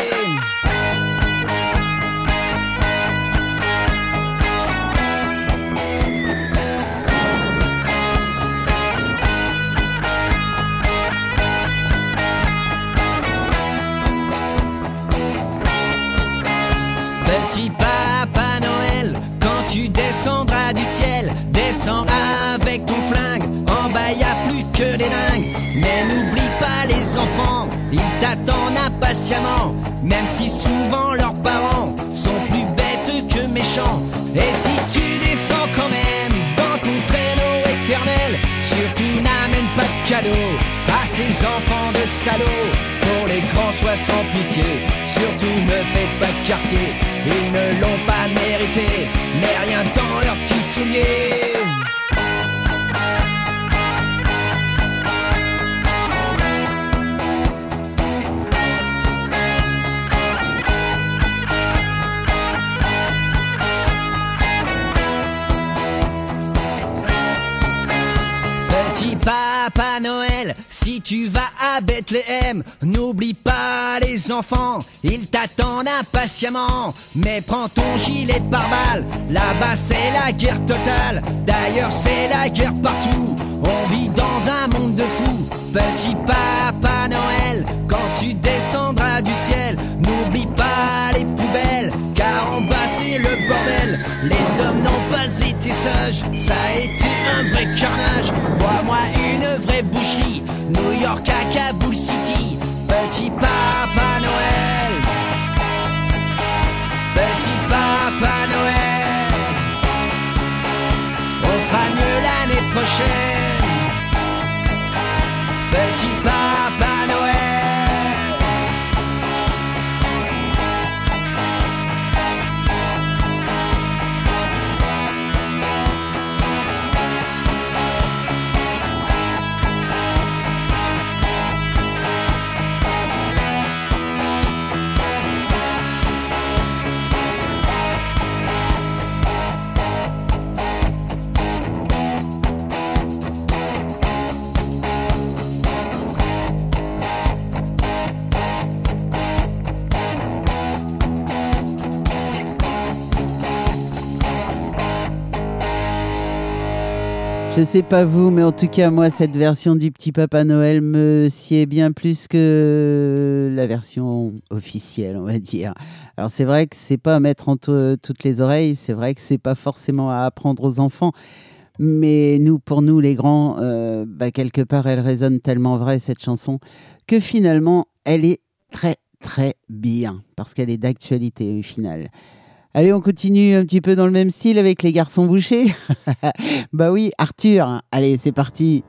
Petit Papa Noël, quand tu descendras du ciel, descends avec ton flingue. En bas y a plus que des dingues. Mais n'oublie pas les enfants, ils t'attendent impatiemment. Même si souvent leurs parents sont plus bêtes que méchants. Et si tu descends quand même dans ton traîneau éternel, surtout n'amène pas de cadeaux à ces enfants de salauds. Pour les grands, sois sans pitié, surtout ne faites pas de quartier. Ils ne l'ont pas mérité, mais rien dans leurs petits souliers. Petit Papa Noël, si tu vas à Bethléem, n'oublie pas les enfants, ils t'attendent impatiemment. Mais prends ton gilet pare-balles, là-bas c'est la guerre totale. D'ailleurs c'est la guerre partout, on vit dans un monde de fous. Petit Papa Noël, quand tu descendras du ciel, n'oublie pas les poubelles, car en bas c'est le bordel. Les hommes n'ont pas été sages, ça a été un vrai carnage. Vois-moi une vraie boucherie, New York à Kaboul City. Petit Papa Noël, Petit Papa Noël, on fera mieux l'année prochaine. Petit Papa Noël. Je sais pas vous, mais en tout cas, moi, cette version du petit Papa Noël me sied bien plus que la version officielle, on va dire. Alors, c'est vrai que c'est pas à mettre entre toutes les oreilles, c'est vrai que c'est pas forcément à apprendre aux enfants, mais nous, pour nous, les grands, euh, bah, quelque part, elle résonne tellement vrai, cette chanson, que finalement, elle est très, très bien, parce qu'elle est d'actualité au final. Allez, on continue un petit peu dans le même style avec les garçons bouchés. Bah oui, Arthur. Allez, c'est parti.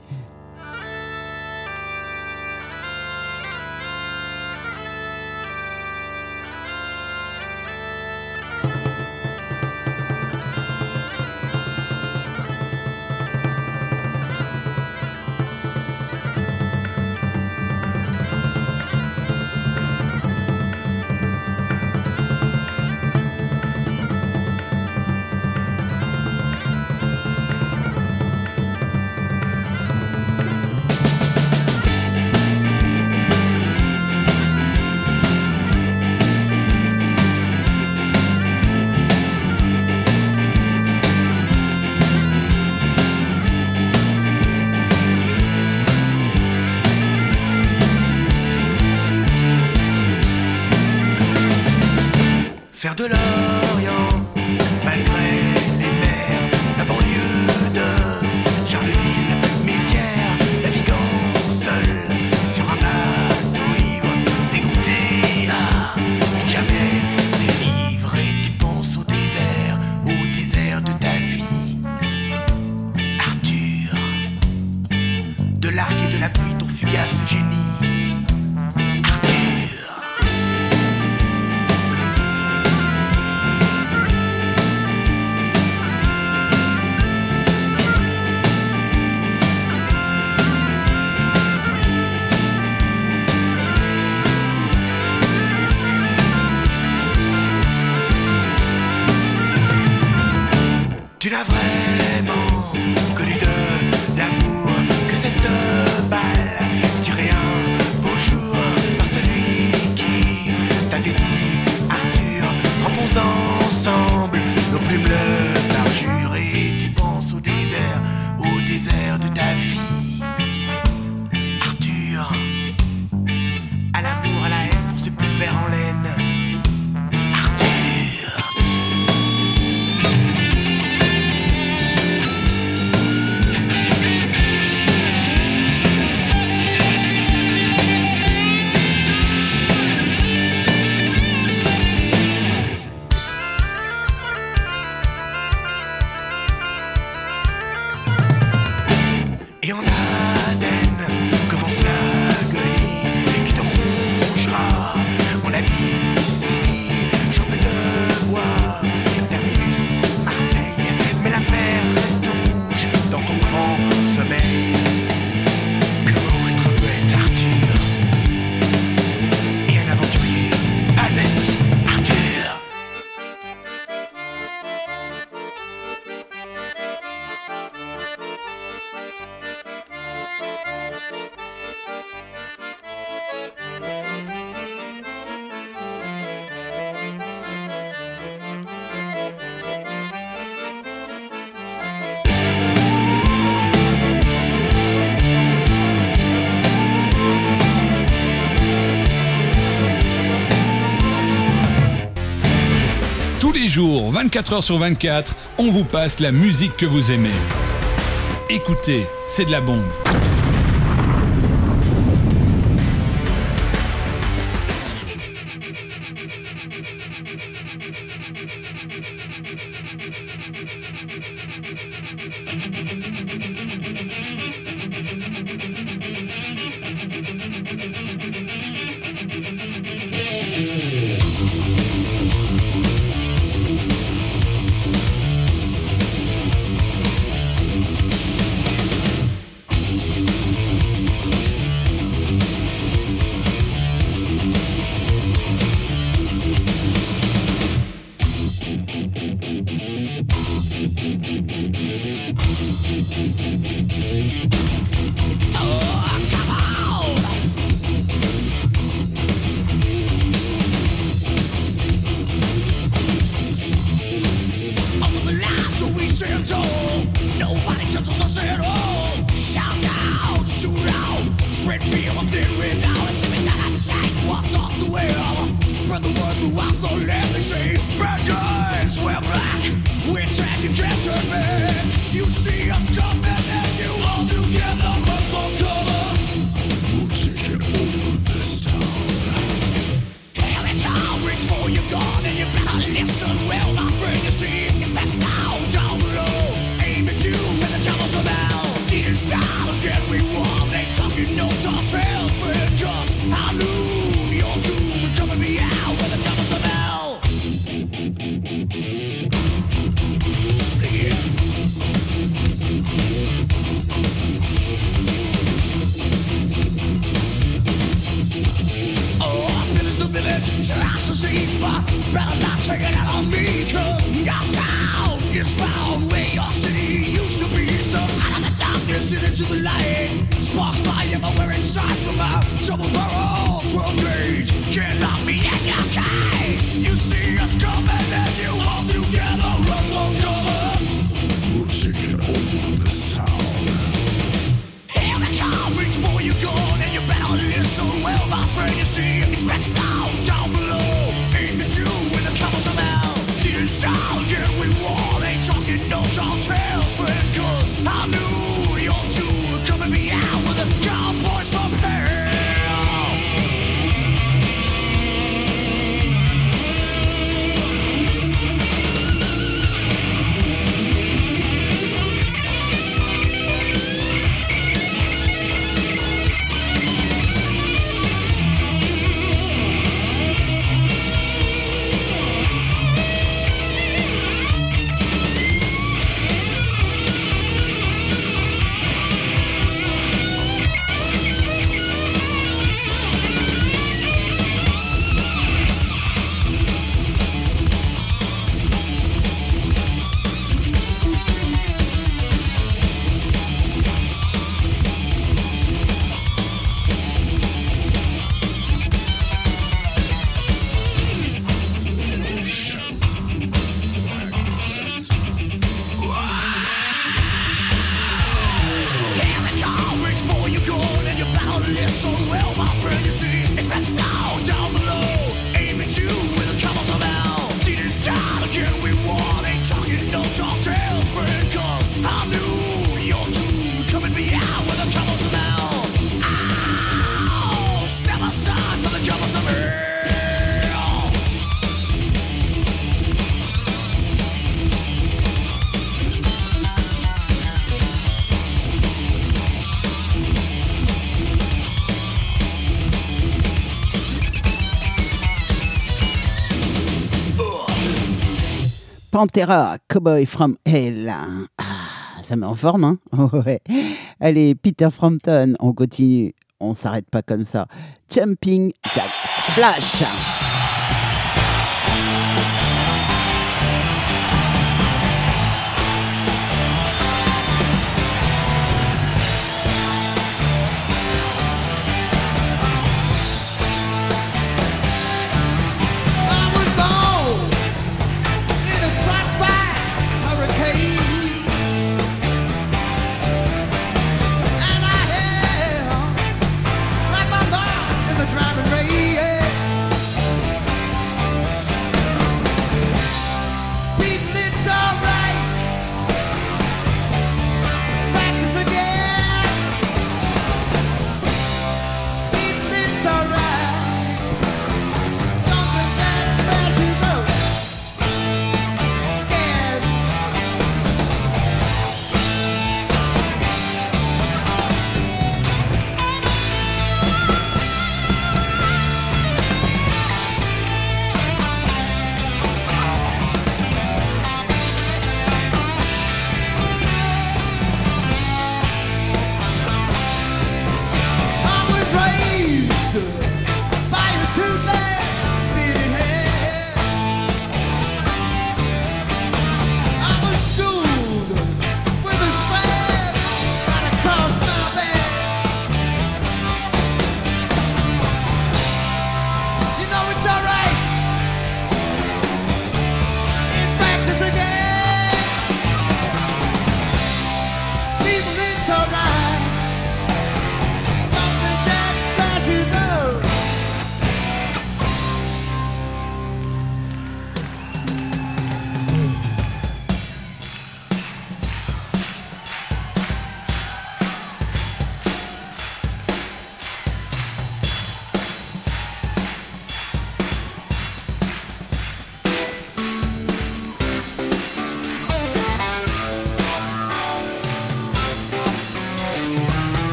Faire de l'Orient, malgré les mers, la banlieue de Charleville, Mézières, naviguant seul sur un bateau ivre, dégoûté à tout jamais délivré. Tu penses au désert, au désert de ta vie, Arthur, de l'arc et de la pluie, ton fugace génie. Tu l'as vraiment connu de l'amour, que cette balle tuerait un beau jour par celui qui t'avait dit Arthur, trempons ensemble nos plumes le parjure. Et tu penses au désert, au désert de ta vie, Arthur, à l'amour, à la haine pour ce pulvère en laine. Et en Aden commence l'agonie qui te rongera. Mon Abyssinie, champ de bois, Terminus, Marseille, mais la mer reste rouge dans ton grand sommeil. Comment être un poète, Arthur, et un aventurier, Annette, Arthur. Tous les jours, vingt-quatre heures sur vingt-quatre, on vous passe la musique que vous aimez. Écoutez, c'est de la bombe. Nobody touches us at run throughout the land. They say bad guys wear black. We're taking cancer, man. You see us coming and you all together run for cover. We'll take it over this town. Here it comes, reach for your gun and you better listen well, my friend. You see, it's best now down below. Aim at you when the cameras are out. Tears down again, we won. They talking no tall tales, friend. Just I knew your doom would come and be out when the cameras are out. Sneak it. Oh, this is the village, just to see, but better not take it out on me, cause your sound is found where your city used to be. So out of the darkness and into the light, sparks fly everywhere inside from my double barrel twelve gauge. Can't lock me in your cage. You see us coming and you all together run for cover. We'll take it over this town. Here they come, reach for your gun and you better listen well, my friend. You see, it's best now down below. Aim at you when the cameras are out. Tears down again, we won. Ain't talking no tall tales, friend, cause I knew your doom would come and be out with the cowboys from hell. Pantera, Cowboy from Hell. Ah, ça met en forme, hein. Ouais. Allez, Peter Frampton, on continue. On s'arrête pas comme ça. Jumping Jack Flash. Driving rain, yeah.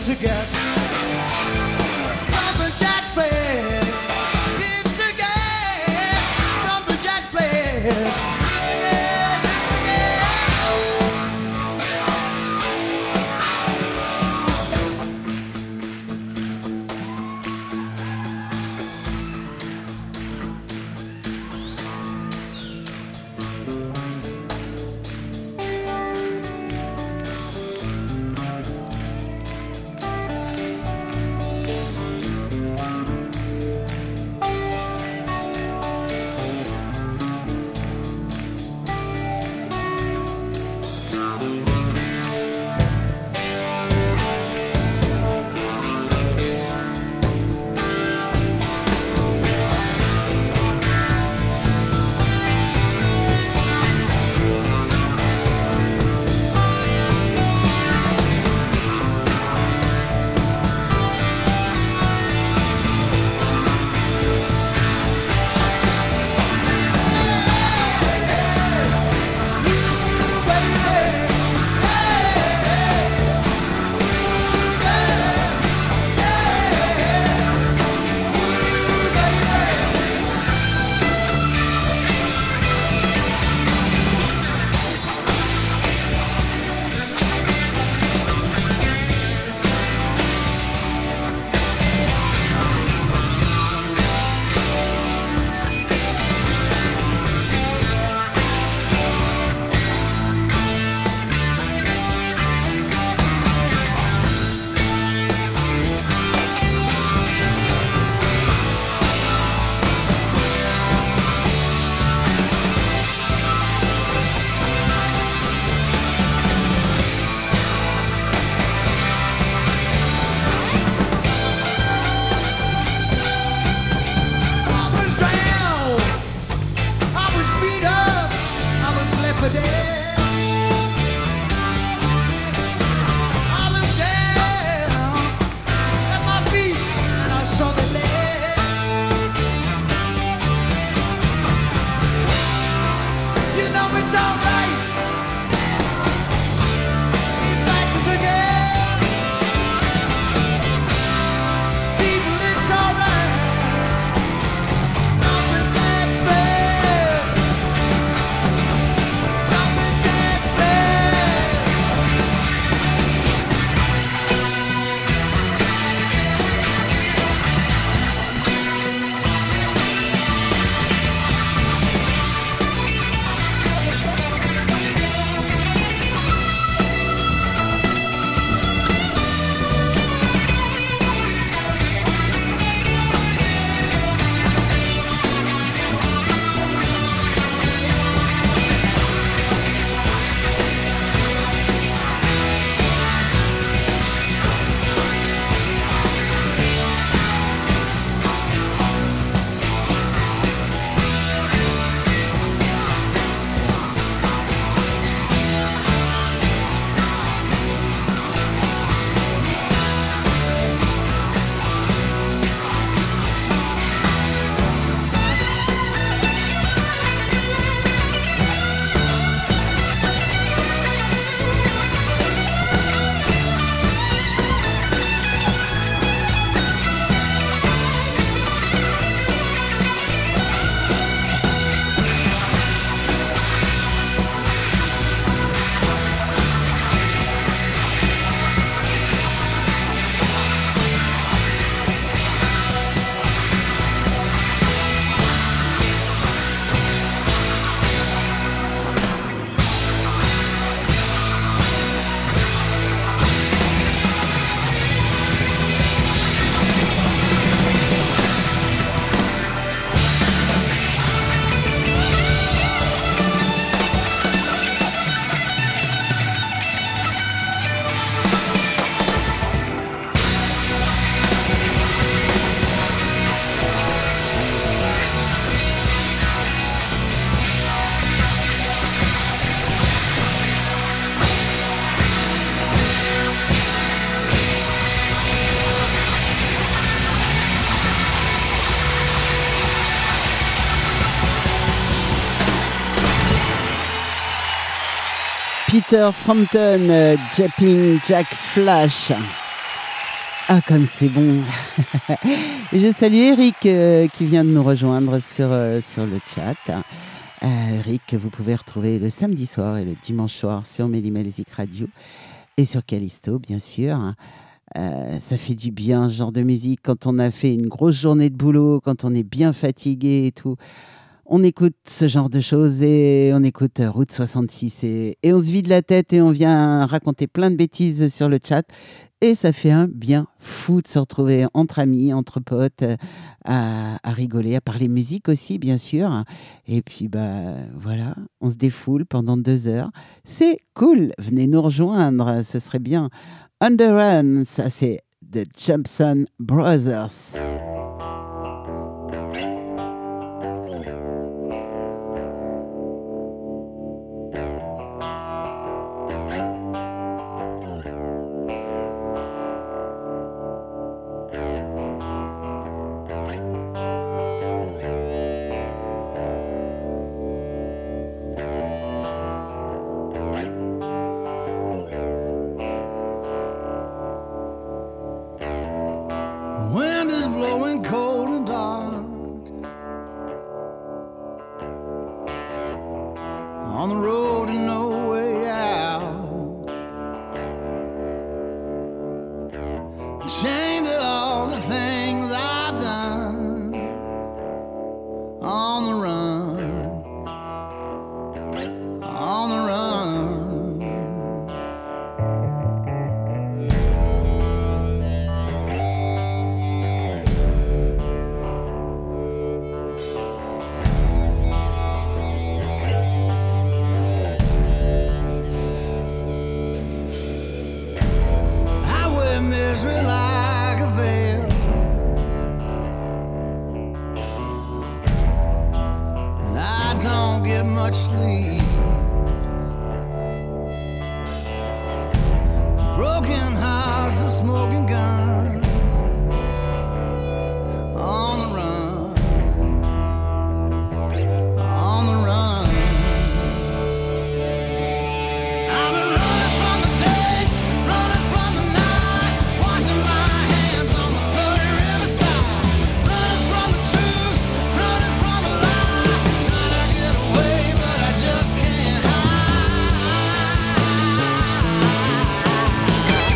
to get. Jumping jack flash, need to get. Jumping jack flash. Peter Frampton, euh, Jumping Jack Flash. Ah, comme c'est bon. Je salue Eric euh, qui vient de nous rejoindre sur, euh, sur le chat. Euh, Eric, que vous pouvez retrouver le samedi soir et le dimanche soir sur Mélimelzik Radio et sur Callisto, bien sûr. Euh, ça fait du bien, ce genre de musique, quand on a fait une grosse journée de boulot, quand on est bien fatigué et tout. On écoute ce genre de choses et on écoute Route soixante-six et, et on se vide la tête et on vient raconter plein de bêtises sur le chat. Et ça fait un bien fou de se retrouver entre amis, entre potes, à, à rigoler, à parler musique aussi, bien sûr. Et puis, bah, voilà, on se défoule pendant deux heures. C'est cool, venez nous rejoindre, ce serait bien. Underrun, ça c'est The Johnson Brothers. Wind is blowing cold and dark on the road and no way out. Chained to all the things I've done on the run, on the run. Misery like a veil, and I don't get much sleep. Broken hearts, the smoking gun, on the run, on the run. I've been running from the day, running from the night, washing my hands on the bloody riverside, running from the truth, running from a lie, trying to get away but I just can't hide.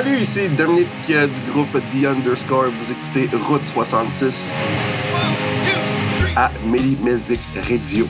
Salut, ici Dominique euh, du groupe The Underscore. Vous écoutez Route soixante-six à Meli Music Radio.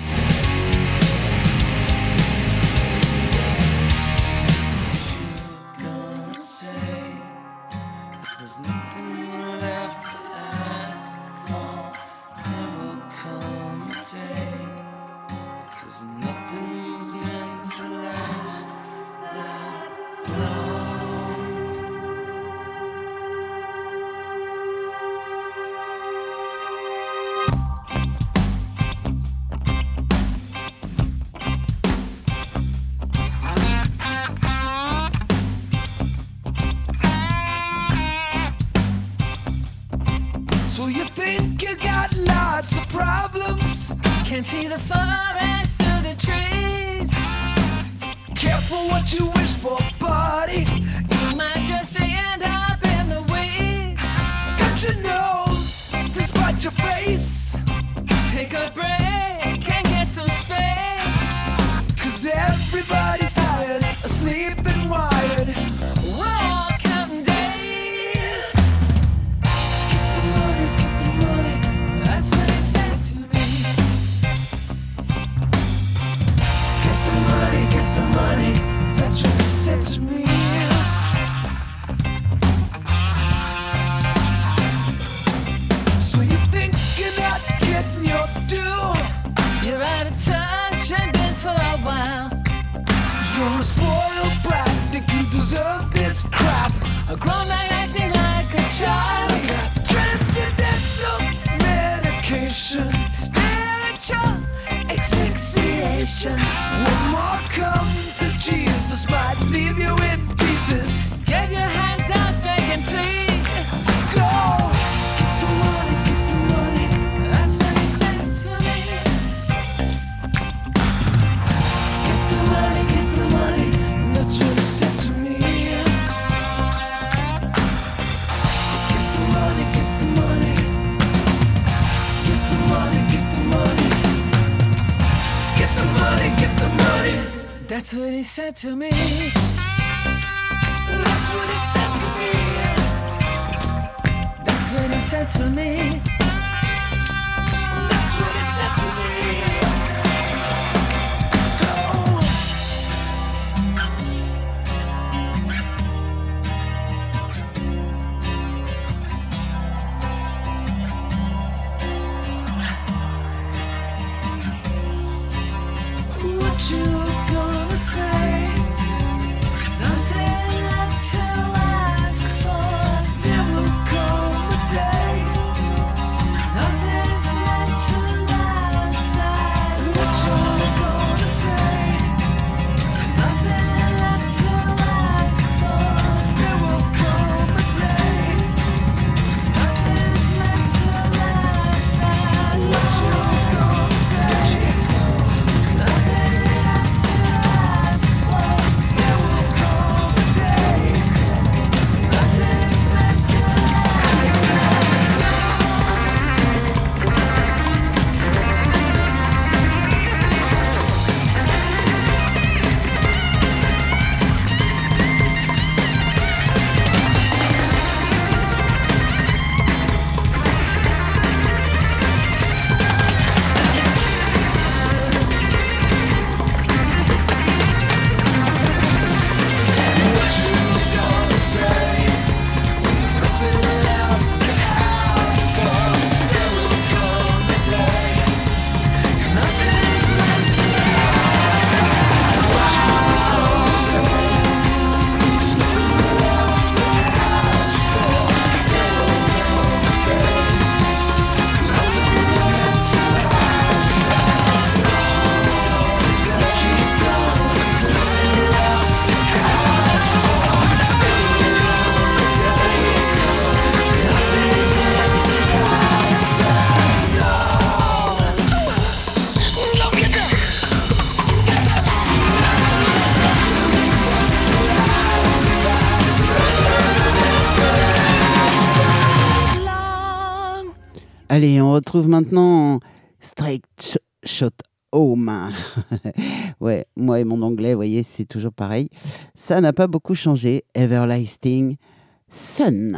So you think you got lots of problems? Can't see the forest through the trees. Careful what you wish for, buddy. You might just end up in the weeds. Cut your nose despite your face. Take a break and get some space. Cause everybody's tired, asleep and wired. We're all counting days. Get the money, get the money. That's what he said to me. Get the money, get the money. That's what he said to me. So you think you're not getting your due? You're out of touch and been for a while. You're a spoiled brat, think you deserve this crap. A grown man acting like a child. Transcendental medication, Spiritual asphyxiation. one more come to Jesus might leave you in pieces. Give your hands out, beg and plead. Go, get the money, get the money. That's what he said to me. Get the money, get the money. That's what he said to me. Get the money, get the money. Get the money, get the money. Get the money, get the money. That's what he said to me. That's what he said to me. That's what he said to me. That's what he said to me. What you gonna say? There's nothing left to ask for. There will come a day. Nothing's meant to last that What you gonna say? Nothing left to ask for. There will come a day. Nothing's meant to last that What you gonna say? Nothing left to ask for. There will come a day. Nothing's meant to last that What you gonna say? There's nothing left to ask for. There will come a day. Nothing's meant to last What you gonna say? There's nothing left to ask for. There will come a day. Nothing's meant to last What you gonna say? There's nothing left to ask for. There will come a day. Nothing's meant to last that long. Look at that. Allez, on retrouve maintenant Straight Sh- Shot Home. Ouais, moi et mon anglais, vous voyez, c'est toujours pareil. Ça n'a pas beaucoup changé. Everlasting Sun.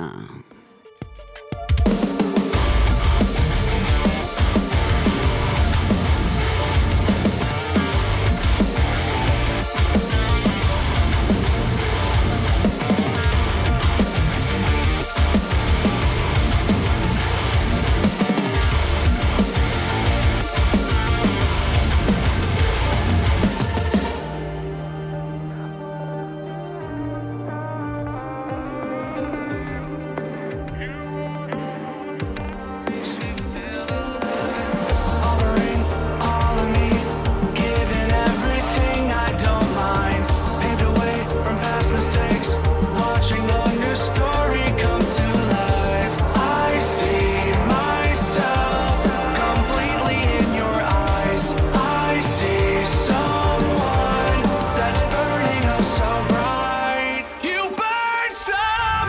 Offering all of me, giving everything I don't mind. Paved away from past mistakes, watching a new story come to life. I see myself completely in your eyes. I see someone that's burning up so bright. You burn so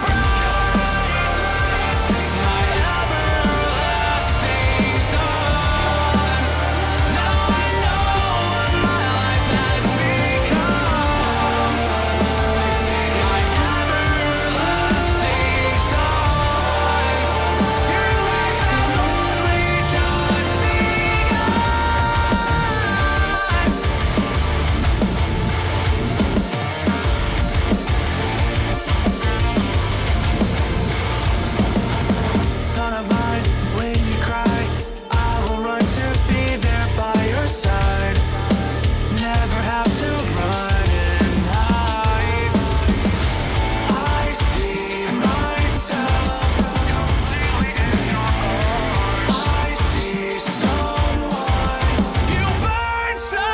bright, my everlasting sun. Now I know what my life has become. My everlasting sun. Your life has only just begun. Son of mine, when you cry, I will run to be there by your side. Never have to run and hide. I see myself completely in your arms. I see someone. You burn so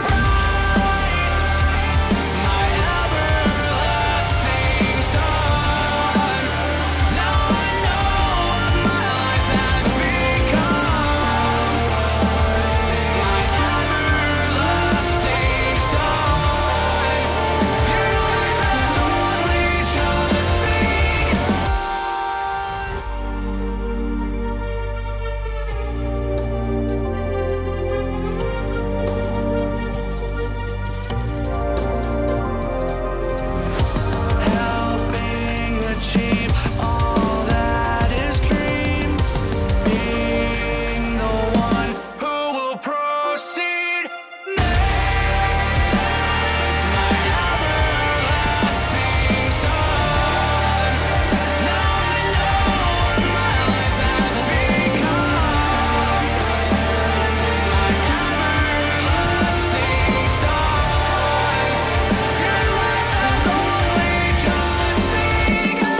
bright, my everlasting sun. Now I know what my life has become. My everlasting sun. Your life has only just helping achieve all that is dreamed. Being the one who will proceed next. My everlasting sun. Now I know what my life has become. My everlasting sun. Your life has only just begun.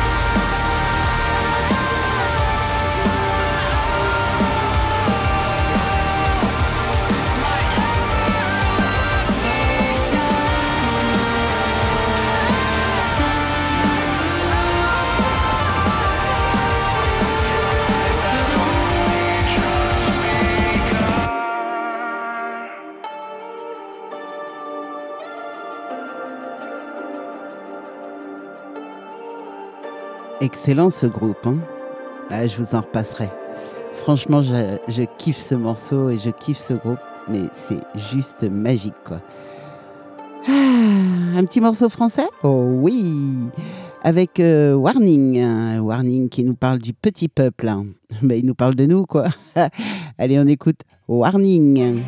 Excellent ce groupe, hein. Ah, je vous en repasserai. Franchement, je, je kiffe ce morceau et je kiffe ce groupe, mais c'est juste magique, quoi. Ah, un petit morceau français ? Oh oui, avec euh, Warning, hein. Warning qui nous parle du petit peuple, hein. Ben, il nous parle de nous, quoi. Allez, on écoute Warning.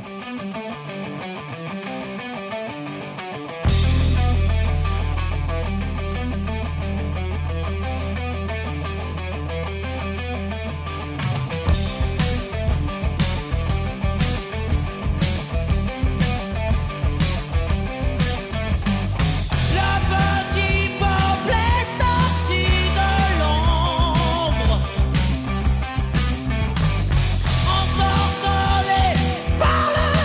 Le petit peuple est sorti de l'ombre, ensorcelé par le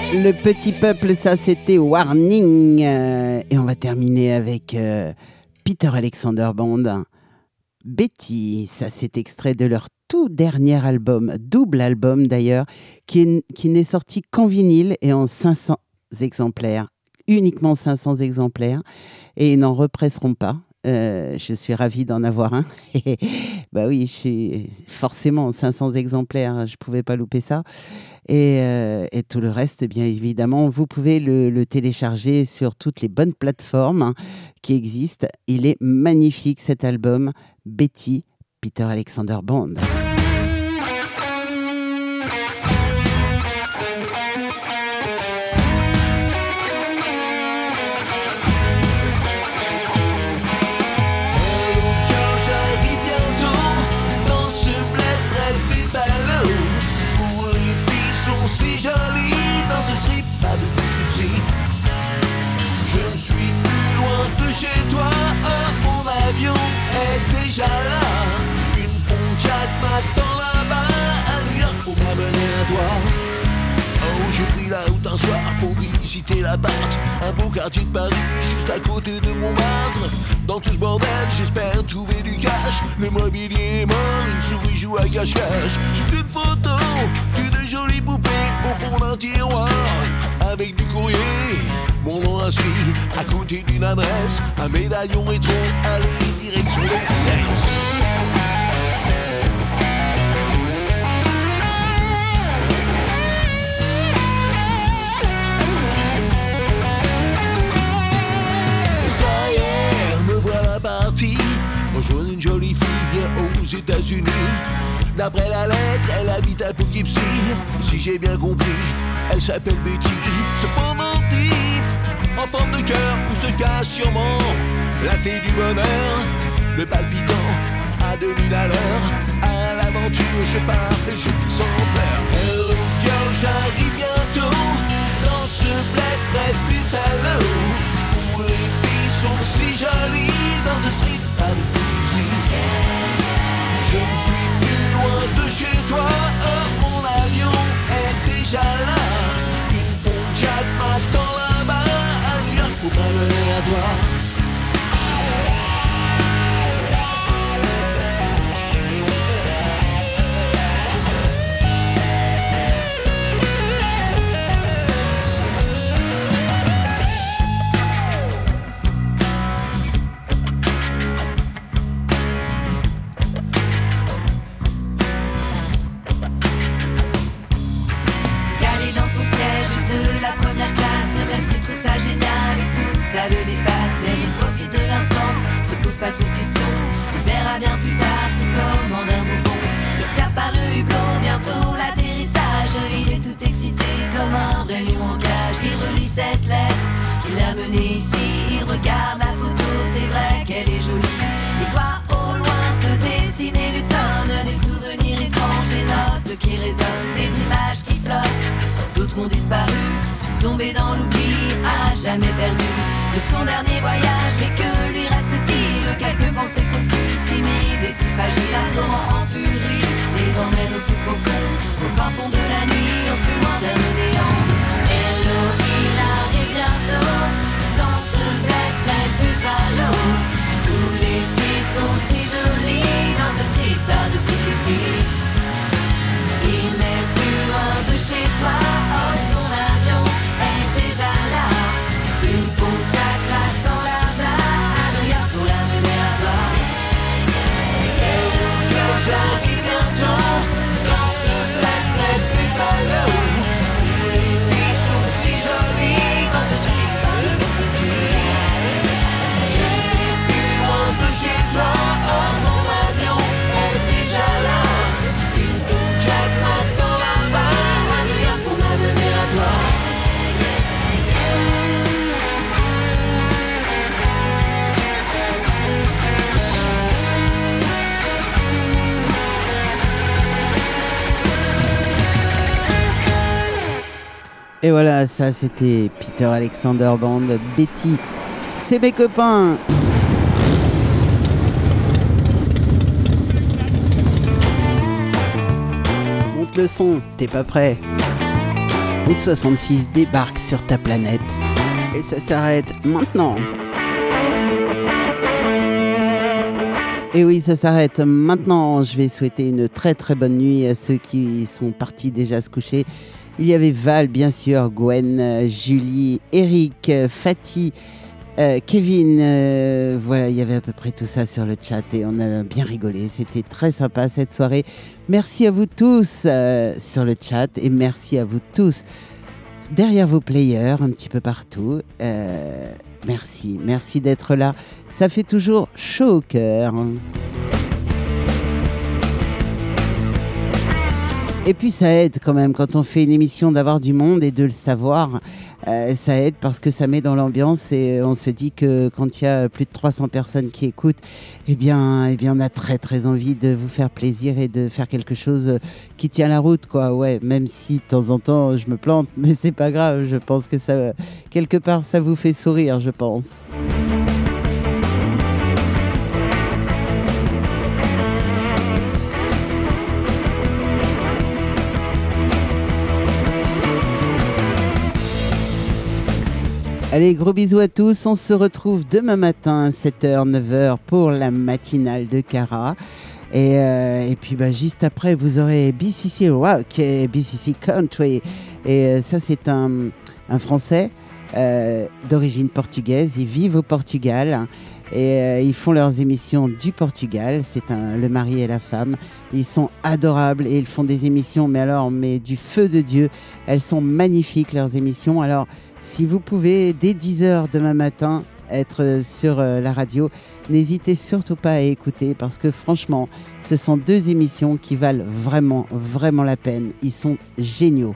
Le petit peuple, ça c'était Warning. Euh, et on va terminer avec euh, Peter Alexander Band. Betty, ça c'est extrait de leur tout dernier album, double album d'ailleurs, qui, est, qui n'est sorti qu'en vinyle et en cinq cents exemplaires, uniquement cinq cents exemplaires, et ils n'en represseront pas. Euh, je suis ravie d'en avoir un. Bah oui, je suis forcément cinq cents exemplaires, je pouvais pas louper ça. Et, euh, et tout le reste, bien évidemment, vous pouvez le, le télécharger sur toutes les bonnes plateformes hein, qui existent. Il est magnifique cet album, Betty, Peter Alexander Band. Chez toi, oh, mon avion est déjà là. Une Pontiac m'attend là-bas à New York pour m'amener à toi. Oh, j'ai pris la route un soir pour visiter l'appart. Un beau quartier de Paris, juste à côté de Montmartre. Dans tout ce bordel, j'espère trouver du cash. Le mobilier est mort, une souris joue à cache-cache. Juste une photo d'une jolie poupée au fond d'un tiroir. Avec du courrier, mon nom inscrit à côté d'une adresse. Un médaillon rétro, allez, direction les States. Ça y est, me voilà parti rejoindre une jolie fille aux États-Unis. D'après la lettre, elle habite à Poughkeepsie. Si j'ai bien compris, elle s'appelle Betty. Ce pendentif en forme de cœur où se cache sûrement la clé du bonheur. Le palpitant à deux mille à l'heure. À l'aventure, je pars et je fixe en pleurs. Hello girl, j'arrive bientôt dans ce bled près de Buffalo, où les filles sont si jolies dans ce strip à Poughkeepsie. Je ne suis plus loin de chez toi, oh, mon avion est déjà là. Une Pontiac m'attend là-bas à New York pour m'amener à toi. Ça le dépasse, mais il profite de l'instant, se pose pas trop de questions. Il verra bien plus tard son commande un bonbon. Il observe par le hublot, bientôt l'atterrissage. Il est tout excité comme un vrai lion en cage. Il relit cette lettre qui l'a mené ici. Il regarde la photo, c'est vrai qu'elle est jolie. Il voit au loin se dessiner l'automne, des souvenirs étranges, des notes qui résonnent, des images qui flottent. D'autres ont disparu, tombés dans l'oubli, à jamais perdu de son dernier voyage. Mais que lui reste-t-il? Quelques pensées confuses, timides et si fragiles. Un torrent en furie les emmène au plus profond, au fin fond de la nuit, au plus loin vers le néant. Hello, il arrive bientôt dans ce bled près de Buffalo, où les filles sont si jolies dans ce strip là de Poughkeepsie. Il n'est plus loin de chez toi, oh, son avion est déjà là. Une Pontiac l'attend là-bas à New York pour l'amener à toi. Hello girl, j'arrive bientôt dans ce bled près de Buffalo, où les filles sont si jolies dans ce strip de Poughkeepsie. Je ne suis plus loin de chez toi, oh, mon avion est déjà là. Une Pontiac m'attend là-bas à New York pour m'amener à toi. Et voilà, ça c'était Peter Alexander Band, Betty, c'est mes copains. Monte le son, t'es pas prêt? Route soixante-six débarque sur ta planète et ça s'arrête maintenant. Et oui, ça s'arrête maintenant. Je vais souhaiter une très très bonne nuit à ceux qui sont partis déjà se coucher. Il y avait Val, bien sûr, Gwen, Julie, Eric, Fatih, euh, Kevin. Euh, voilà, il y avait à peu près tout ça sur le chat et on a bien rigolé. C'était très sympa cette soirée. Merci à vous tous euh, sur le chat et merci à vous tous derrière vos players, un petit peu partout. Euh, merci, merci d'être là. Ça fait toujours chaud au cœur. Et puis ça aide quand même quand on fait une émission d'avoir du monde et de le savoir. Euh, ça aide parce que ça met dans l'ambiance et on se dit que quand il y a plus de trois cents personnes qui écoutent, eh bien, eh bien on a très très envie de vous faire plaisir et de faire quelque chose qui tient la route, quoi. Ouais, même si de temps en temps je me plante, mais c'est pas grave. Je pense que ça, quelque part, ça vous fait sourire, je pense. Allez, gros bisous à tous. On se retrouve demain matin, sept heures, neuf heures, pour la matinale de Cara. Et, euh, et puis, bah, juste après, vous aurez B C C Rock et B C C Country. Et euh, ça, c'est un, un Français euh, d'origine portugaise. Ils vivent au Portugal. Et euh, ils font leurs émissions du Portugal. C'est un, le mari et la femme. Ils sont adorables et ils font des émissions, mais alors, mais du feu de Dieu. Elles sont magnifiques, leurs émissions. Alors, si vous pouvez, dès dix heures demain matin, être sur euh, la radio, n'hésitez surtout pas à écouter parce que franchement, ce sont deux émissions qui valent vraiment, vraiment la peine. Ils sont géniaux.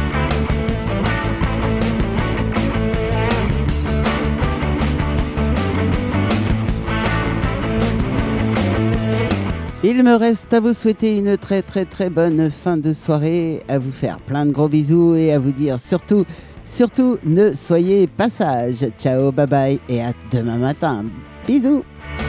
Il me reste à vous souhaiter une très très très bonne fin de soirée, à vous faire plein de gros bisous et à vous dire surtout, surtout ne soyez pas sages. Ciao, bye bye et à demain matin. Bisous.